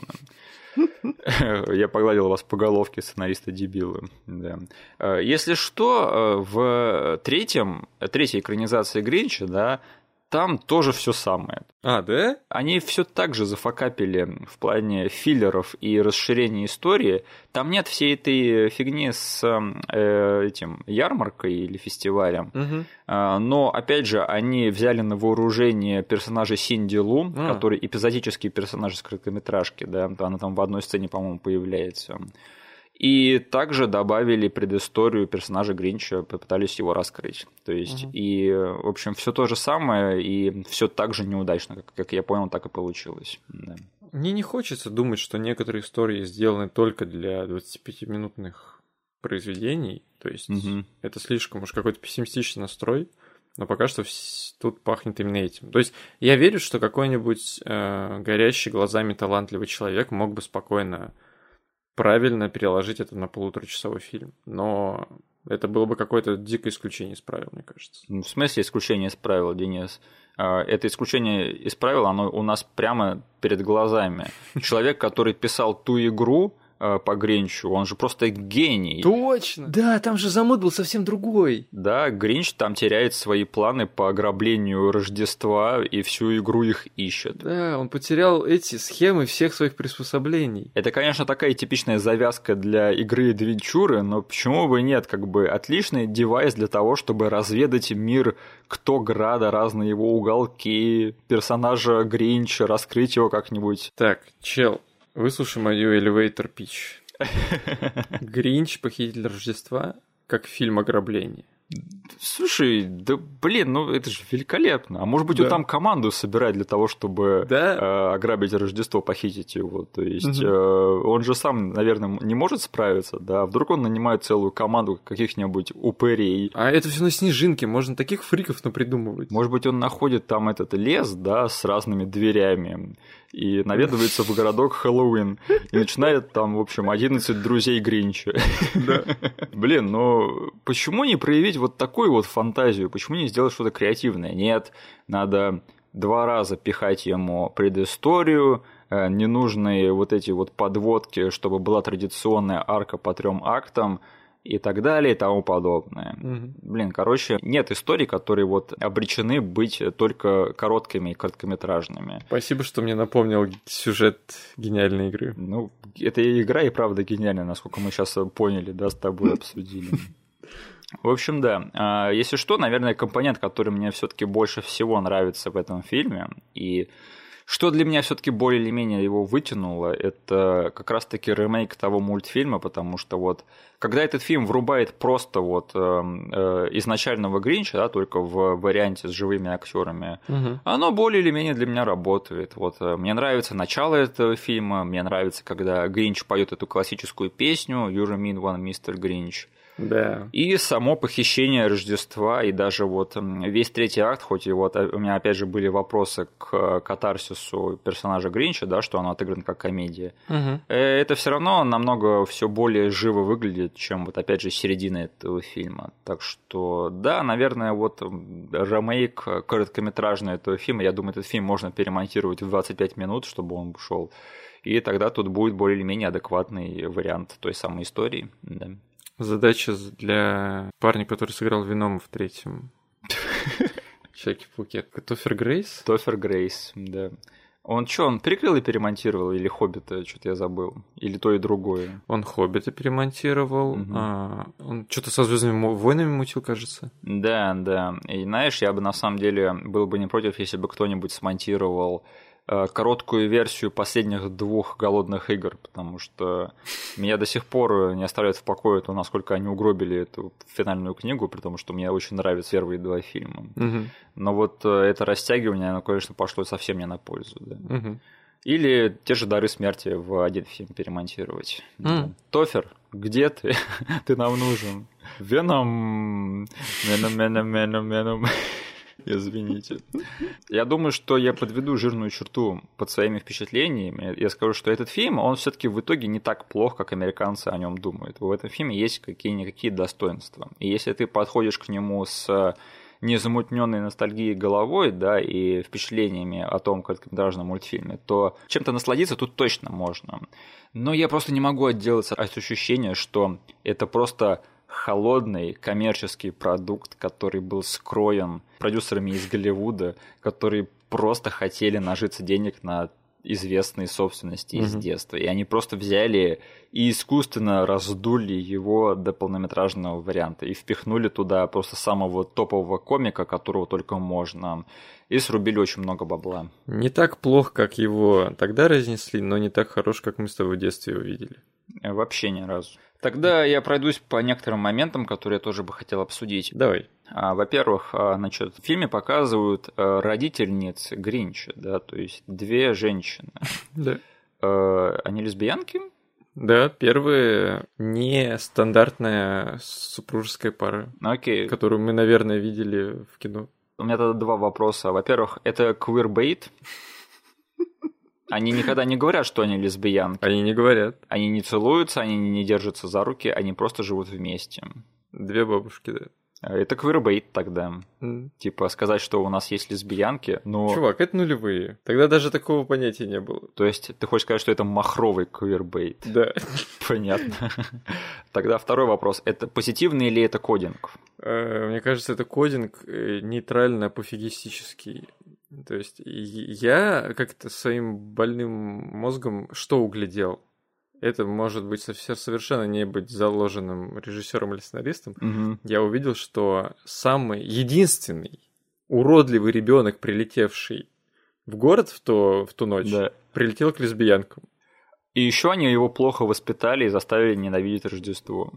наверное. Я погладил вас по головке, сценаристы-дебилы. Да. Если что, в третьем, третьей экранизации Гринча, да, там тоже все самое. А, да? Они все так же зафакапили в плане филлеров и расширения истории. Там нет всей этой фигни с э, этим ярмаркой или фестивалем. Угу. А, но, опять же, они взяли на вооружение персонажа Синди Лу, а. который эпизодический персонаж из короткометражки. Да? Она там в одной сцене, по-моему, появляется. И также добавили предысторию персонажа Гринча, попытались его раскрыть. То есть, угу. и, в общем, все то же самое, и все так же неудачно, как, как я понял, так и получилось. Да. Мне не хочется думать, что некоторые истории сделаны только для двадцатипятиминутных произведений. То есть, угу. это слишком уж какой-то пессимистичный настрой. Но пока что тут пахнет именно этим. То есть, я верю, что какой-нибудь э, горящий глазами талантливый человек мог бы спокойно правильно переложить это на полуторачасовой фильм. Но это было бы какое-то дикое исключение из правил, мне кажется. В смысле исключение из правил, Денис? Это исключение из правил, оно у нас прямо перед глазами. Человек, который писал ту игру по Гринчу, он же просто гений. Точно! Да, там же замут был совсем другой. Да, Гринч там теряет свои планы по ограблению Рождества и всю игру их ищет. Да, он потерял эти схемы всех своих приспособлений. Это, конечно, такая типичная завязка для игры Адвенчуры, но почему бы нет? Как бы отличный девайс для того, чтобы разведать мир Ктограда, разные его уголки, персонажа Гринча, раскрыть его как-нибудь. Так, чел, выслушай мою elevator pitch. Гринч, похититель Рождества, как фильм ограбления. Слушай, да блин, ну это же великолепно. А может быть, да. он там команду собирает для того, чтобы да? э, ограбить Рождество, похитить его. То есть угу. э, он же сам, наверное, не может справиться, да? Вдруг он нанимает целую команду каких-нибудь упырей. А это все на снежинке, можно таких фриков напридумывать. Может быть, он находит там этот лес, да, с разными дверями, и наведывается в городок Хэллоуин, и начинает там, в общем, одиннадцать друзей Гринча. Да. Блин, ну почему не проявить вот такую вот фантазию? Почему не сделать что-то креативное? Нет, надо два раза пихать ему предысторию, ненужные вот эти вот подводки, чтобы была традиционная арка по трем актам, и так далее, и тому подобное. Угу. Блин, короче, нет историй, которые вот обречены быть только короткими и короткометражными. Спасибо, что мне напомнил сюжет гениальной игры. Ну, эта игра и правда гениальная, насколько мы сейчас поняли, да, с тобой обсудили. В общем, да. Если что, наверное, компонент, который мне все-таки больше всего нравится в этом фильме, и что для меня все-таки более или менее его вытянуло, это как раз-таки ремейк того мультфильма, потому что вот когда этот фильм врубает просто вот э, э, изначального Гринча, да, только в варианте с живыми актерами, угу. оно более или менее для меня работает. Вот э, мне нравится начало этого фильма, мне нравится, когда Гринч поет эту классическую песню «You're a mean one, мистер Гринч». Да. И само похищение Рождества, и даже вот весь третий акт, хоть и вот у меня опять же были вопросы к катарсису персонажа Гринча, да, что оно отыграно как комедия, угу. это все равно намного все более живо выглядит, чем вот опять же середина этого фильма. Так что да, наверное, вот ремейк короткометражный этого фильма, я думаю, этот фильм можно перемонтировать в двадцать пять минут, чтобы он шел, и тогда тут будет более или менее адекватный вариант той самой истории, да. Задача для парня, который сыграл Венома в третьем Человеке-пауке. Тофер Грейс? Тофер Грейс, да. Он что, он перекрыл и перемонтировал, или Хоббита, что-то я забыл, или то и другое? Он Хоббита перемонтировал, угу. а, он что-то со Звездными войнами мутил, кажется. Да, да, и знаешь, я бы на самом деле был бы не против, если бы кто-нибудь смонтировал короткую версию последних двух «Голодных игр», потому что меня до сих пор не оставляет в покое то, насколько они угробили эту финальную книгу, при том, что мне очень нравятся первые два фильма. Угу. Но вот это растягивание, оно, конечно, пошло совсем не на пользу. Да. Угу. Или те же «Дары смерти» в один фильм перемонтировать. Mm. Да. Тофер, где ты? Ты нам нужен. Веном. Веном, веном, веном, веном. Извините. Я думаю, что я подведу жирную черту под своими впечатлениями. Я скажу, что этот фильм, он все-таки в итоге не так плох, как американцы о нем думают. В этом фильме есть какие-никакие достоинства. И если ты подходишь к нему с незамутненной ностальгией головой, да, и впечатлениями о том короткометражном мультфильме, то чем-то насладиться тут точно можно. Но я просто не могу отделаться от ощущения, что это просто холодный коммерческий продукт, который был скроен продюсерами из Голливуда, которые просто хотели нажиться денег на известной собственности из mm-hmm. детства. И они просто взяли и искусственно раздули его до полнометражного варианта и впихнули туда просто самого топового комика, которого только можно, и срубили очень много бабла. Не так плохо, как его тогда разнесли, но не так хорош, как мы с тобой в детстве его видели. Вообще ни разу. Тогда я пройдусь по некоторым моментам, которые я тоже бы хотел обсудить. Давай. Во-первых, значит, в фильме показывают родительниц Гринча, да, то есть две женщины. Да. Они лесбиянки? Да, первая нестандартная супружеская пара, Окей. которую мы, наверное, видели в кино. У меня тогда два вопроса. Во-первых, это квирбейт? Они никогда не говорят, что они лесбиянки. Они не говорят. Они не целуются, они не держатся за руки, они просто живут вместе. Две бабушки, да. Это квирбейт тогда. Mm. Типа сказать, что у нас есть лесбиянки, но... Чувак, это нулевые. Тогда даже такого понятия не было. То есть ты хочешь сказать, что это махровый квирбейт? Да. Понятно. Тогда второй вопрос. Это позитивный или это кодинг? Мне кажется, это кодинг нейтрально-пофигистический. То есть я как-то своим больным мозгом что углядел? Это может быть совершенно не быть заложенным режиссером или сценаристом. Угу. Я увидел, что самый единственный уродливый ребенок, прилетевший в город в, то, в ту ночь, да. прилетел к лесбиянкам. И еще они его плохо воспитали и заставили ненавидеть Рождество.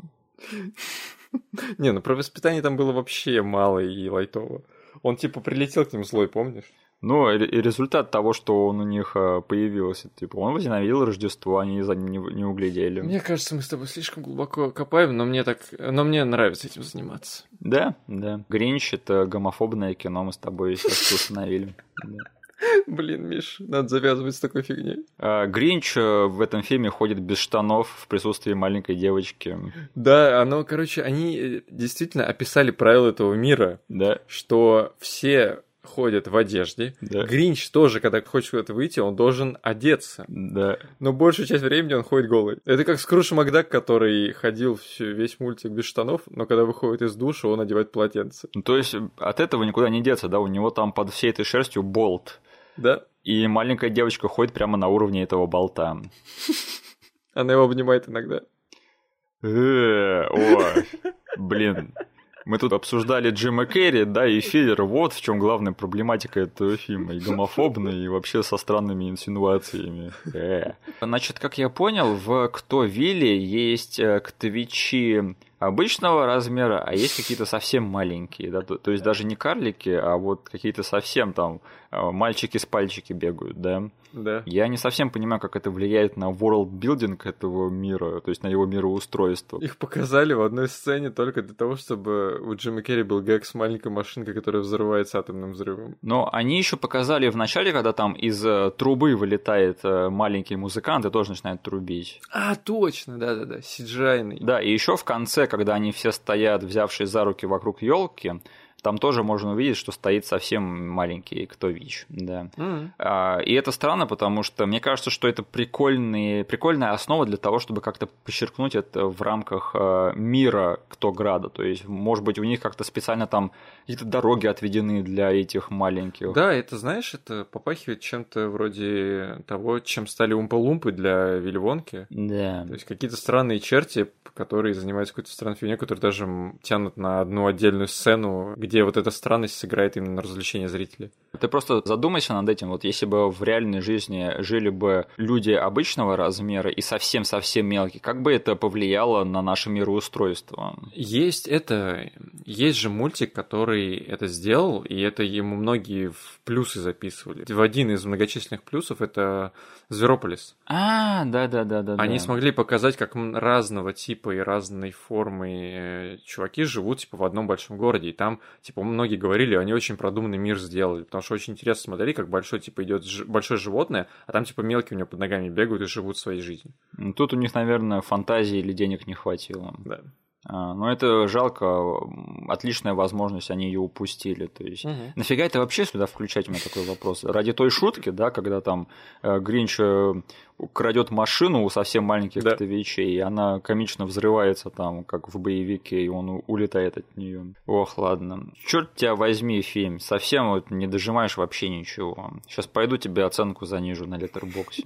Не, ну про воспитание там было вообще мало и лайтово. Он типа прилетел к ним злой, помнишь? Ну, и результат того, что он у них появился, типа, он возненавидел Рождество, они за ним не, не углядели. Мне кажется, мы с тобой слишком глубоко копаем, но мне так, но мне нравится этим заниматься. Да, да. Гринч — это гомофобное кино, мы с тобой сейчас установили. Блин, Миш, надо завязывать с такой фигней. Гринч в этом фильме ходит без штанов в присутствии маленькой девочки. Да, оно, короче, они действительно описали правила этого мира, да. Что все ходят в одежде. Да. Гринч тоже, когда хочет куда-то выйти, он должен одеться. Да. Но большую часть времени он ходит голый. Это как Скрудж Макдак, который ходил весь мультик без штанов, но когда выходит из душа, он одевает полотенце. Ну, то есть от этого никуда не деться, да? У него там под всей этой шерстью болт. Да. И маленькая девочка ходит прямо на уровне этого болта. Она его обнимает иногда. О, блин. Мы тут обсуждали Джима Керри, да, и филлер. Вот в чем главная проблематика этого фильма. И гомофобный, и вообще со странными инсинуациями. Э. Значит, как я понял, в «Кто Вилли» есть ктвичи обычного размера, а есть какие-то совсем маленькие. Да? То есть даже не карлики, а вот какие-то совсем там мальчики с пальчики бегают, да? Да. Я не совсем понимаю, как это влияет на ворлдбилдинг этого мира, то есть на его мироустройство. Их показали в одной сцене только для того, чтобы у Джима Керри был гэг с маленькой машинкой, которая взрывается атомным взрывом. Но они еще показали в начале, когда там из трубы вылетает маленький музыкант и тоже начинает трубить. А, точно, да-да-да, си джи ай-ный. Да, и еще в конце, когда они все стоят, взявшись за руки вокруг елки, там тоже можно увидеть, что стоит совсем маленький Ктович, да. Mm-hmm. А, и это странно, потому что мне кажется, что это прикольный, прикольная основа для того, чтобы как-то подчеркнуть это в рамках а, мира Ктограда. То есть, может быть, у них как-то специально там какие-то дороги отведены для этих маленьких. Да, это, знаешь, это попахивает чем-то вроде того, чем стали Умпа-Лумпы для Вилли Вонки. Да. То есть, какие-то странные черти, которые занимаются какой-то странной фигней, которые даже тянут на одну отдельную сцену, где где вот эта странность сыграет именно на развлечение зрителя. Ты просто задумайся над этим, вот если бы в реальной жизни жили бы люди обычного размера и совсем-совсем мелкие, как бы это повлияло на наше мироустройство? Есть это, есть же мультик, который это сделал, и это ему многие в плюсы записывали. В один из многочисленных плюсов это Зверополис. А, да-да-да-да. Они смогли показать, как разного типа и разной формы чуваки живут типа в одном большом городе, и там типа многие говорили, они очень продуманный мир сделали, потому что очень интересно смотреть, как большой типа идет ж... большое животное, а там типа мелкие у него под ногами бегают и живут своей жизнью. Тут у них, наверное, фантазии или денег не хватило. Да. А, но это жалко, отличная возможность, они ее упустили. То есть, угу. Нафига это вообще сюда включать, у меня такой вопрос? Ради той шутки, да, когда там э, Гринч э, крадет машину у совсем маленьких да. ктвичей, и она комично взрывается там, как в боевике, и он улетает от нее. Ох, ладно. Черт тебя возьми, фильм, совсем вот не дожимаешь вообще ничего. Сейчас пойду тебе оценку занижу на Letterboxd.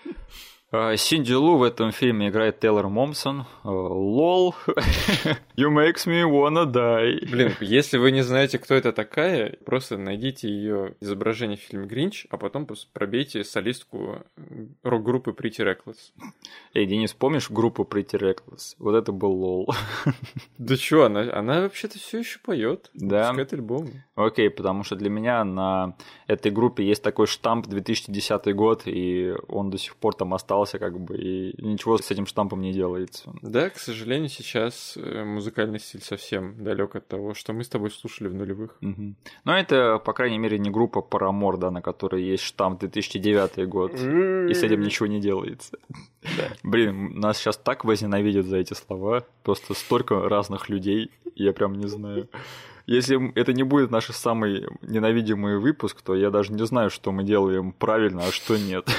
Синди Лу в этом фильме играет Тейлор Момсон. Лол. You makes me wanna die. Блин, если вы не знаете, кто это такая, просто найдите ее изображение в фильме «Гринч», а потом пробейте солистку рок-группы Pretty Reckless. Эй, Денис, помнишь группу Pretty Reckless? Вот это был лол. Да чё, она, она вообще-то все еще поет. Да. Выпускает альбом. Окей, потому что для меня на этой группе есть такой штамп две тысячи десятый год, и он до сих пор там остался. Как бы, и ничего с этим штампом не делается. Да, к сожалению, сейчас музыкальный стиль совсем далек от того, что мы с тобой слушали в нулевых. Угу. Но это, по крайней мере, не группа Paramore, да, на которой есть штамп две тысячи девятый год, и с этим ничего не делается. Блин, нас сейчас так возненавидят за эти слова, просто столько разных людей, я прям не знаю. Если это не будет наш самый ненавидимый выпуск, то я даже не знаю, что мы делаем правильно, а что нет.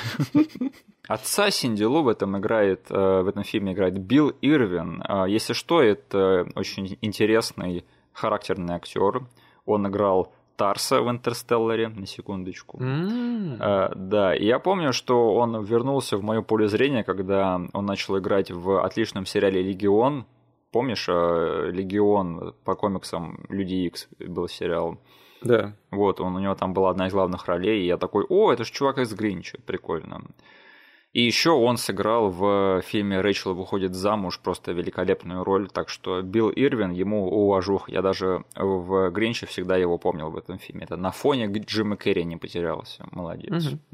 Отца Синди Лу в этом играет, в этом фильме играет Билл Ирвин. Если что, это очень интересный, характерный актер. Он играл Тарса в «Интерстелларе», на секундочку. Mm. Да, и я помню, что он вернулся в моё поле зрения, когда он начал играть в отличном сериале «Легион». Помнишь, «Легион» по комиксам «Люди Икс» был сериал? Да. Вот, он, у него там была одна из главных ролей, и я такой, о, это же чувак из «Гринча», прикольно. И еще он сыграл в фильме «Рэйчел выходит замуж» просто великолепную роль, так что Билл Ирвин, ему уважух. Я даже в «Гринче» всегда его помнил в этом фильме. Это на фоне Джима Керри не потерялся. Молодец. Угу.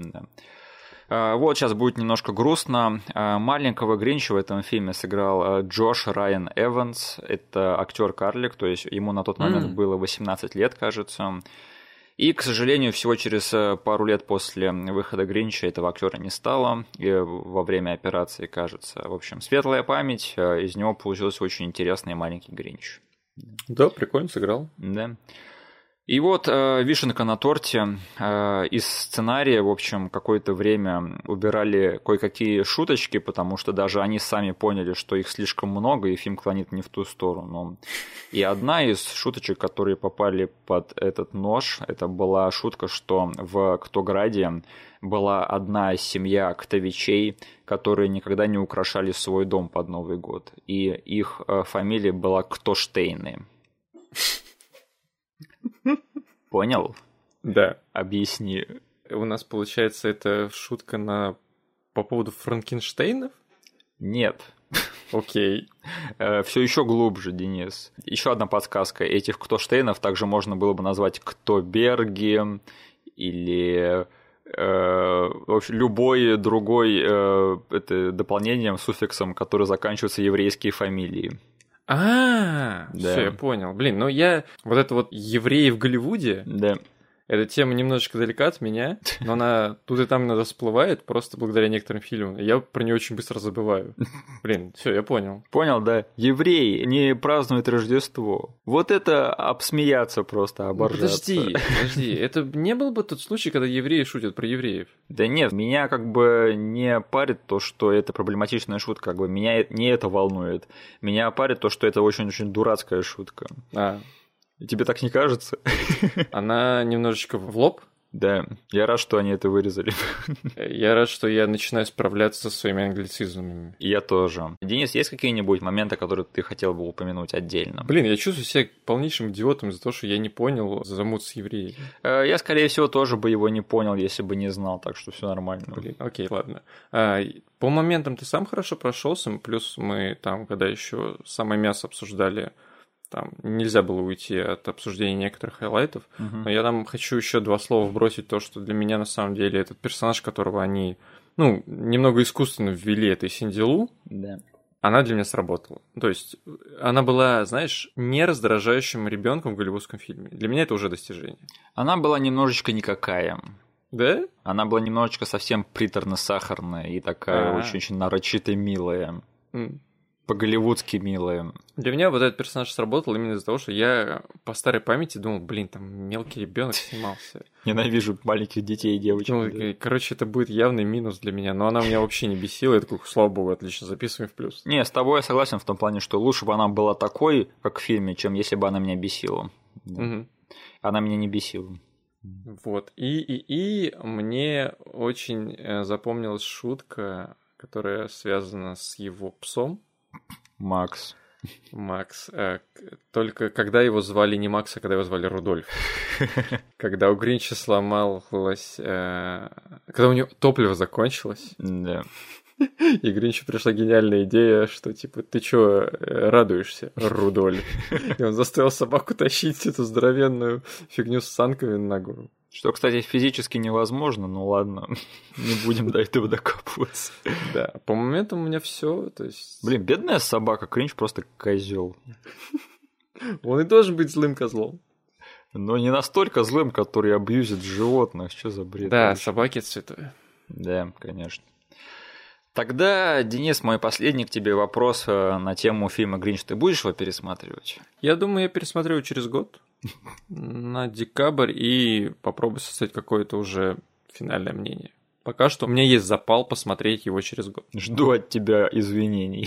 Да. Вот сейчас будет немножко грустно. Маленького Гринча в этом фильме сыграл Джош Райан Эванс. Это актер-карлик, то есть ему на тот момент mm. было восемнадцать лет, кажется. И, к сожалению, всего через пару лет после выхода Гринча этого актера не стало во время операции, кажется. В общем, светлая память, из него получился очень интересный маленький Гринч. Да, прикольно сыграл. Да. И вот э, вишенка на торте. Э, из сценария, в общем, какое-то время убирали кое-какие шуточки, потому что даже они сами поняли, что их слишком много, и фильм клонит не в ту сторону. И одна из шуточек, которые попали под этот нож, это была шутка, что в Ктограде была одна семья ктовичей, которые никогда не украшали свой дом под Новый год. И их э, фамилия была Ктоштейны. Понял? Да. Объясни. У нас, получается, это шутка на... по поводу Франкенштейнов? Нет. Окей. Все еще глубже, Денис. Еще одна подсказка. Этих Ктоштейнов также можно было бы назвать Ктоберги или э, в общем, любой другой э, это, дополнением, суффиксом, который заканчивается еврейские фамилии. А, да. Все, я понял. Блин, ну я... Вот это вот евреи в Голливуде... Да. Эта тема немножечко далека от меня, но она тут и там иногда всплывает, просто благодаря некоторым фильмам. Я про нее очень быстро забываю. Блин, все, я понял. Понял, да. Евреи не празднуют Рождество. Вот это обсмеяться просто, оборжаться. Ну, подожди, подожди. Это не был бы тот случай, когда евреи шутят про евреев? Да нет, меня как бы не парит то, что это проблематичная шутка. Как бы меня не это волнует. Меня парит то, что это очень-очень дурацкая шутка. А. Тебе так не кажется? Она немножечко в лоб? Да, я рад, что они это вырезали. Я рад, что я начинаю справляться со своими англицизмами. Я тоже. Денис, есть какие-нибудь моменты, которые ты хотел бы упомянуть отдельно? Блин, я чувствую себя полнейшим идиотом из-за того, что я не понял замут с евреями. Я, скорее всего, тоже бы его не понял, если бы не знал, так что все нормально. Блин, окей, ладно. А, по моментам ты сам хорошо прошелся, плюс мы там, когда еще самое мясо обсуждали, там нельзя было уйти от обсуждения некоторых хайлайтов, uh-huh. но я там хочу еще два слова вбросить, то, что для меня на самом деле этот персонаж, которого они, ну, немного искусственно ввели, этой Синди Лу, да. она для меня сработала. То есть она была, знаешь, не раздражающим ребенком в голливудском фильме. Для меня это уже достижение. Она была немножечко никакая. Да? Она была немножечко совсем приторно-сахарная и такая очень-очень нарочито милая. Mm. По-голливудски милая. Для меня вот этот персонаж сработал именно из-за того, что я по старой памяти думал, блин, там мелкий ребенок снимался. Ненавижу маленьких детей и девочек. Ну, да. Короче, это будет явный минус для меня, но она меня вообще не бесила, я такой, слава богу, отлично, записываем в плюс. Не, с тобой я согласен в том плане, что лучше бы она была такой, как в фильме, чем если бы она меня бесила. Угу. Она меня не бесила. Вот, и, и, и мне очень запомнилась шутка, которая связана с его псом. Макс. Макс. Только когда его звали не Макс, а когда его звали Рудольф. Когда у Гринча сломалось... Когда у него топливо закончилось. Да. И Гринчу пришла гениальная идея, что типа, ты чё, радуешься, Рудольф? И он заставил собаку тащить эту здоровенную фигню с санками на гору. Что, кстати, физически невозможно, но ладно, не будем до этого докапываться. Да, по моментам у меня все, то есть... Блин, бедная собака, Кринч просто козел. Он и должен быть злым козлом. Но не настолько злым, который абьюзит животных, что за бред? Да, вообще? Собаки цветы. Да, конечно. Тогда, Денис, мой последний к тебе вопрос на тему фильма «Гринч». Ты будешь его пересматривать? Я думаю, я пересмотрю через год. На декабрь и попробую составить какое-то уже финальное мнение. Пока что у меня есть запал посмотреть его через год. Жду от тебя извинений.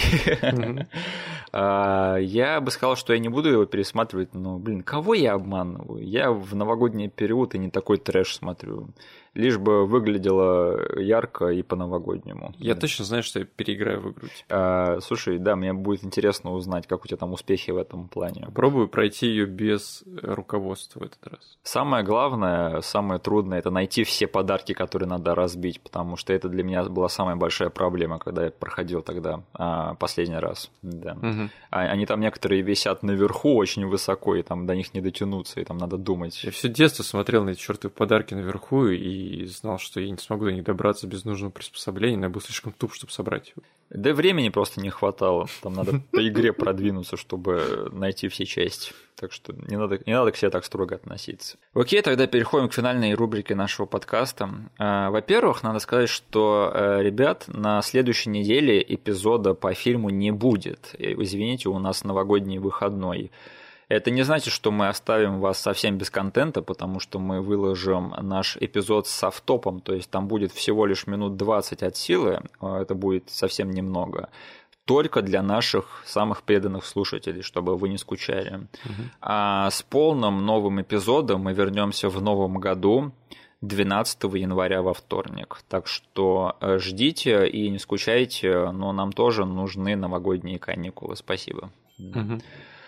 Я бы сказал, что я не буду его пересматривать, но, блин, кого я обманываю? Я в новогодний период и не такой трэш смотрю. Лишь бы выглядело ярко и по-новогоднему. Я да. точно знаю, что я переиграю в игру. А, слушай, да, мне будет интересно узнать, как у тебя там успехи в этом плане. Попробую пройти ее без руководства в этот раз. Самое главное, самое трудное – это найти все подарки, которые надо разбить, потому что это для меня была самая большая проблема, когда я проходил тогда а, последний раз. Да. Угу. А, они там некоторые висят наверху очень высоко, и там до них не дотянуться, и там надо думать. Я все детство смотрел на эти чертовы подарки наверху и и знал, что я не смогу до них добраться без нужного приспособления, но я был слишком туп, чтобы собрать его. Да времени просто не хватало. Там надо по игре продвинуться, чтобы найти все части. Так что не надо, не надо к себе так строго относиться. Окей, тогда переходим к финальной рубрике нашего подкаста. Во-первых, надо сказать, что, ребят, на следующей неделе эпизода по фильму не будет. Извините, у нас новогодний выходной. Это не значит, что мы оставим вас совсем без контента, потому что мы выложим наш эпизод с автопом, то есть там будет всего лишь минут двадцать от силы, это будет совсем немного, только для наших самых преданных слушателей, чтобы вы не скучали. Uh-huh. А с полным новым эпизодом мы вернемся в новом году, двенадцатого января во вторник. Так что ждите и не скучайте, но нам тоже нужны новогодние каникулы. Спасибо. Uh-huh.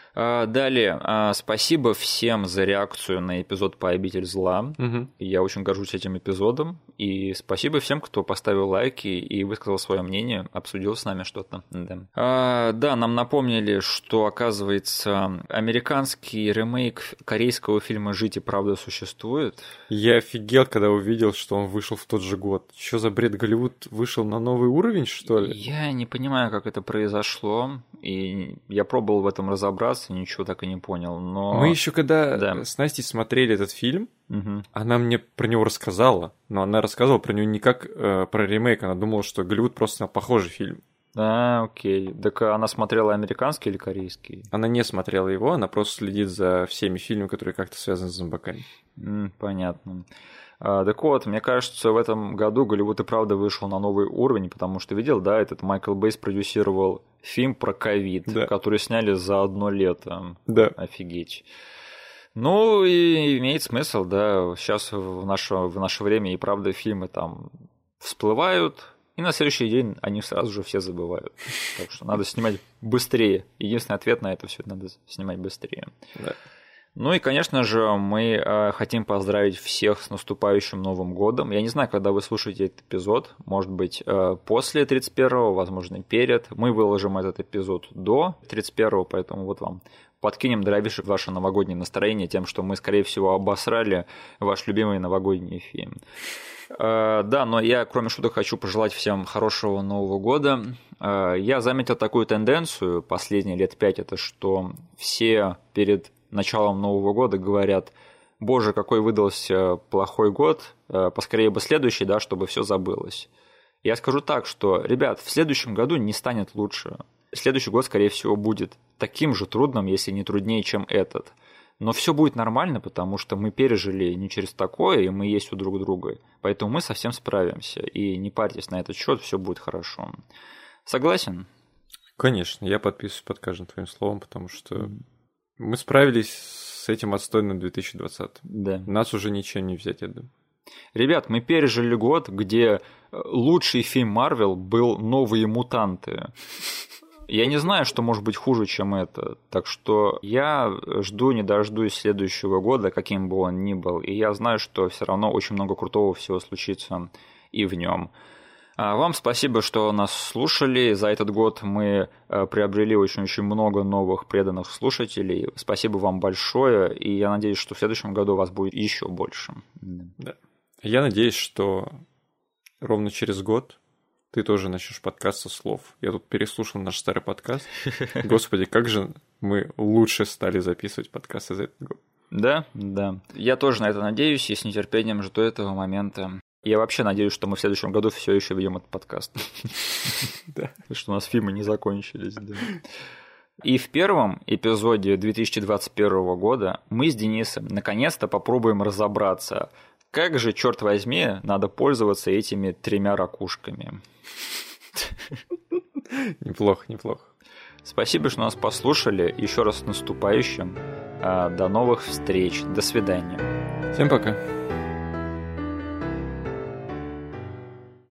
Далее, спасибо всем за реакцию на эпизод по «Обитель зла». Угу. Я очень горжусь этим эпизодом. И спасибо всем, кто поставил лайки и высказал свое мнение, обсудил с нами что-то. Да. А, да, нам напомнили, что, оказывается, американский ремейк корейского фильма «Жить и правда существует». Я офигел, когда увидел, что он вышел в тот же год. Что за бред? Голливуд вышел на новый уровень, что ли? Я не понимаю, как это произошло. И я пробовал в этом разобраться, ничего так и не понял. Но... Мы еще когда да. с Настей смотрели этот фильм, угу. она мне про него рассказала, но она рассказывала про него не как э, про ремейк, она думала, что Голливуд просто снял похожий фильм. А, окей. Так она смотрела американский или корейский? Она не смотрела его, она просто следит за всеми фильмами, которые как-то связаны с зомбаками. М, понятно. А, так вот, мне кажется, в этом году Голливуд и правда вышел на новый уровень, потому что видел, да, этот Майкл Бэй продюсировал фильм про ковид, да. который сняли за одно лето. Да. Офигеть. Ну, и имеет смысл, да. Сейчас в наше, в наше время и правда фильмы там всплывают, и на следующий день они сразу же все забывают. Так что надо снимать быстрее. Единственный ответ на это все надо снимать быстрее. Да. Ну и, конечно же, мы э, хотим поздравить всех с наступающим Новым годом. Я не знаю, когда вы слушаете этот эпизод, может быть, э, после тридцать первого, возможно, перед. Мы выложим этот эпизод до тридцать первого, поэтому вот вам подкинем дровишек в ваше новогоднее настроение тем, что мы, скорее всего, обосрали ваш любимый новогодний фильм. Э, да, но я, кроме шуток, хочу пожелать всем хорошего Нового года. Э, я заметил такую тенденцию последние лет пять, это что все перед началом Нового года говорят: боже, какой выдался плохой год, поскорее бы следующий, да, чтобы все забылось. Я скажу так, что, ребят, в следующем году не станет лучше. Следующий год, скорее всего, будет таким же трудным, если не труднее, чем этот. Но все будет нормально, потому что мы пережили не через такое, и мы есть у друг друга. Поэтому мы совсем справимся. И не парьтесь на этот счет, все будет хорошо. Согласен? Конечно, я подписываюсь под каждым твоим словом, потому что мы справились с этим отстойным две тысячи двадцатым. Да. Нас уже ничем не взять, я думаю. Ребят, мы пережили год, где лучший фильм Марвел был «Новые мутанты». Я не знаю, что может быть хуже, чем это. Так что я жду, не дождусь следующего года, каким бы он ни был. И я знаю, что все равно очень много крутого всего случится и в нем. Вам спасибо, что нас слушали. За этот год мы приобрели очень-очень много новых преданных слушателей. Спасибо вам большое, и я надеюсь, что в следующем году вас будет еще больше. Да. Я надеюсь, что ровно через год ты тоже начнешь подкаст со слов. Я тут переслушал наш старый подкаст. Господи, как же мы лучше стали записывать подкасты за этот год. Да, да. Я тоже на это надеюсь и с нетерпением жду этого момента. Я вообще надеюсь, что мы в следующем году все еще ведем этот подкаст. Да. Что у нас фильмы не закончились. Да. И в первом эпизоде две тысячи двадцать первого года мы с Денисом наконец-то попробуем разобраться, как же, черт возьми, надо пользоваться этими тремя ракушками. Неплохо, неплохо. Спасибо, что нас послушали. Еще раз с наступающим. До новых встреч. До свидания. Всем пока.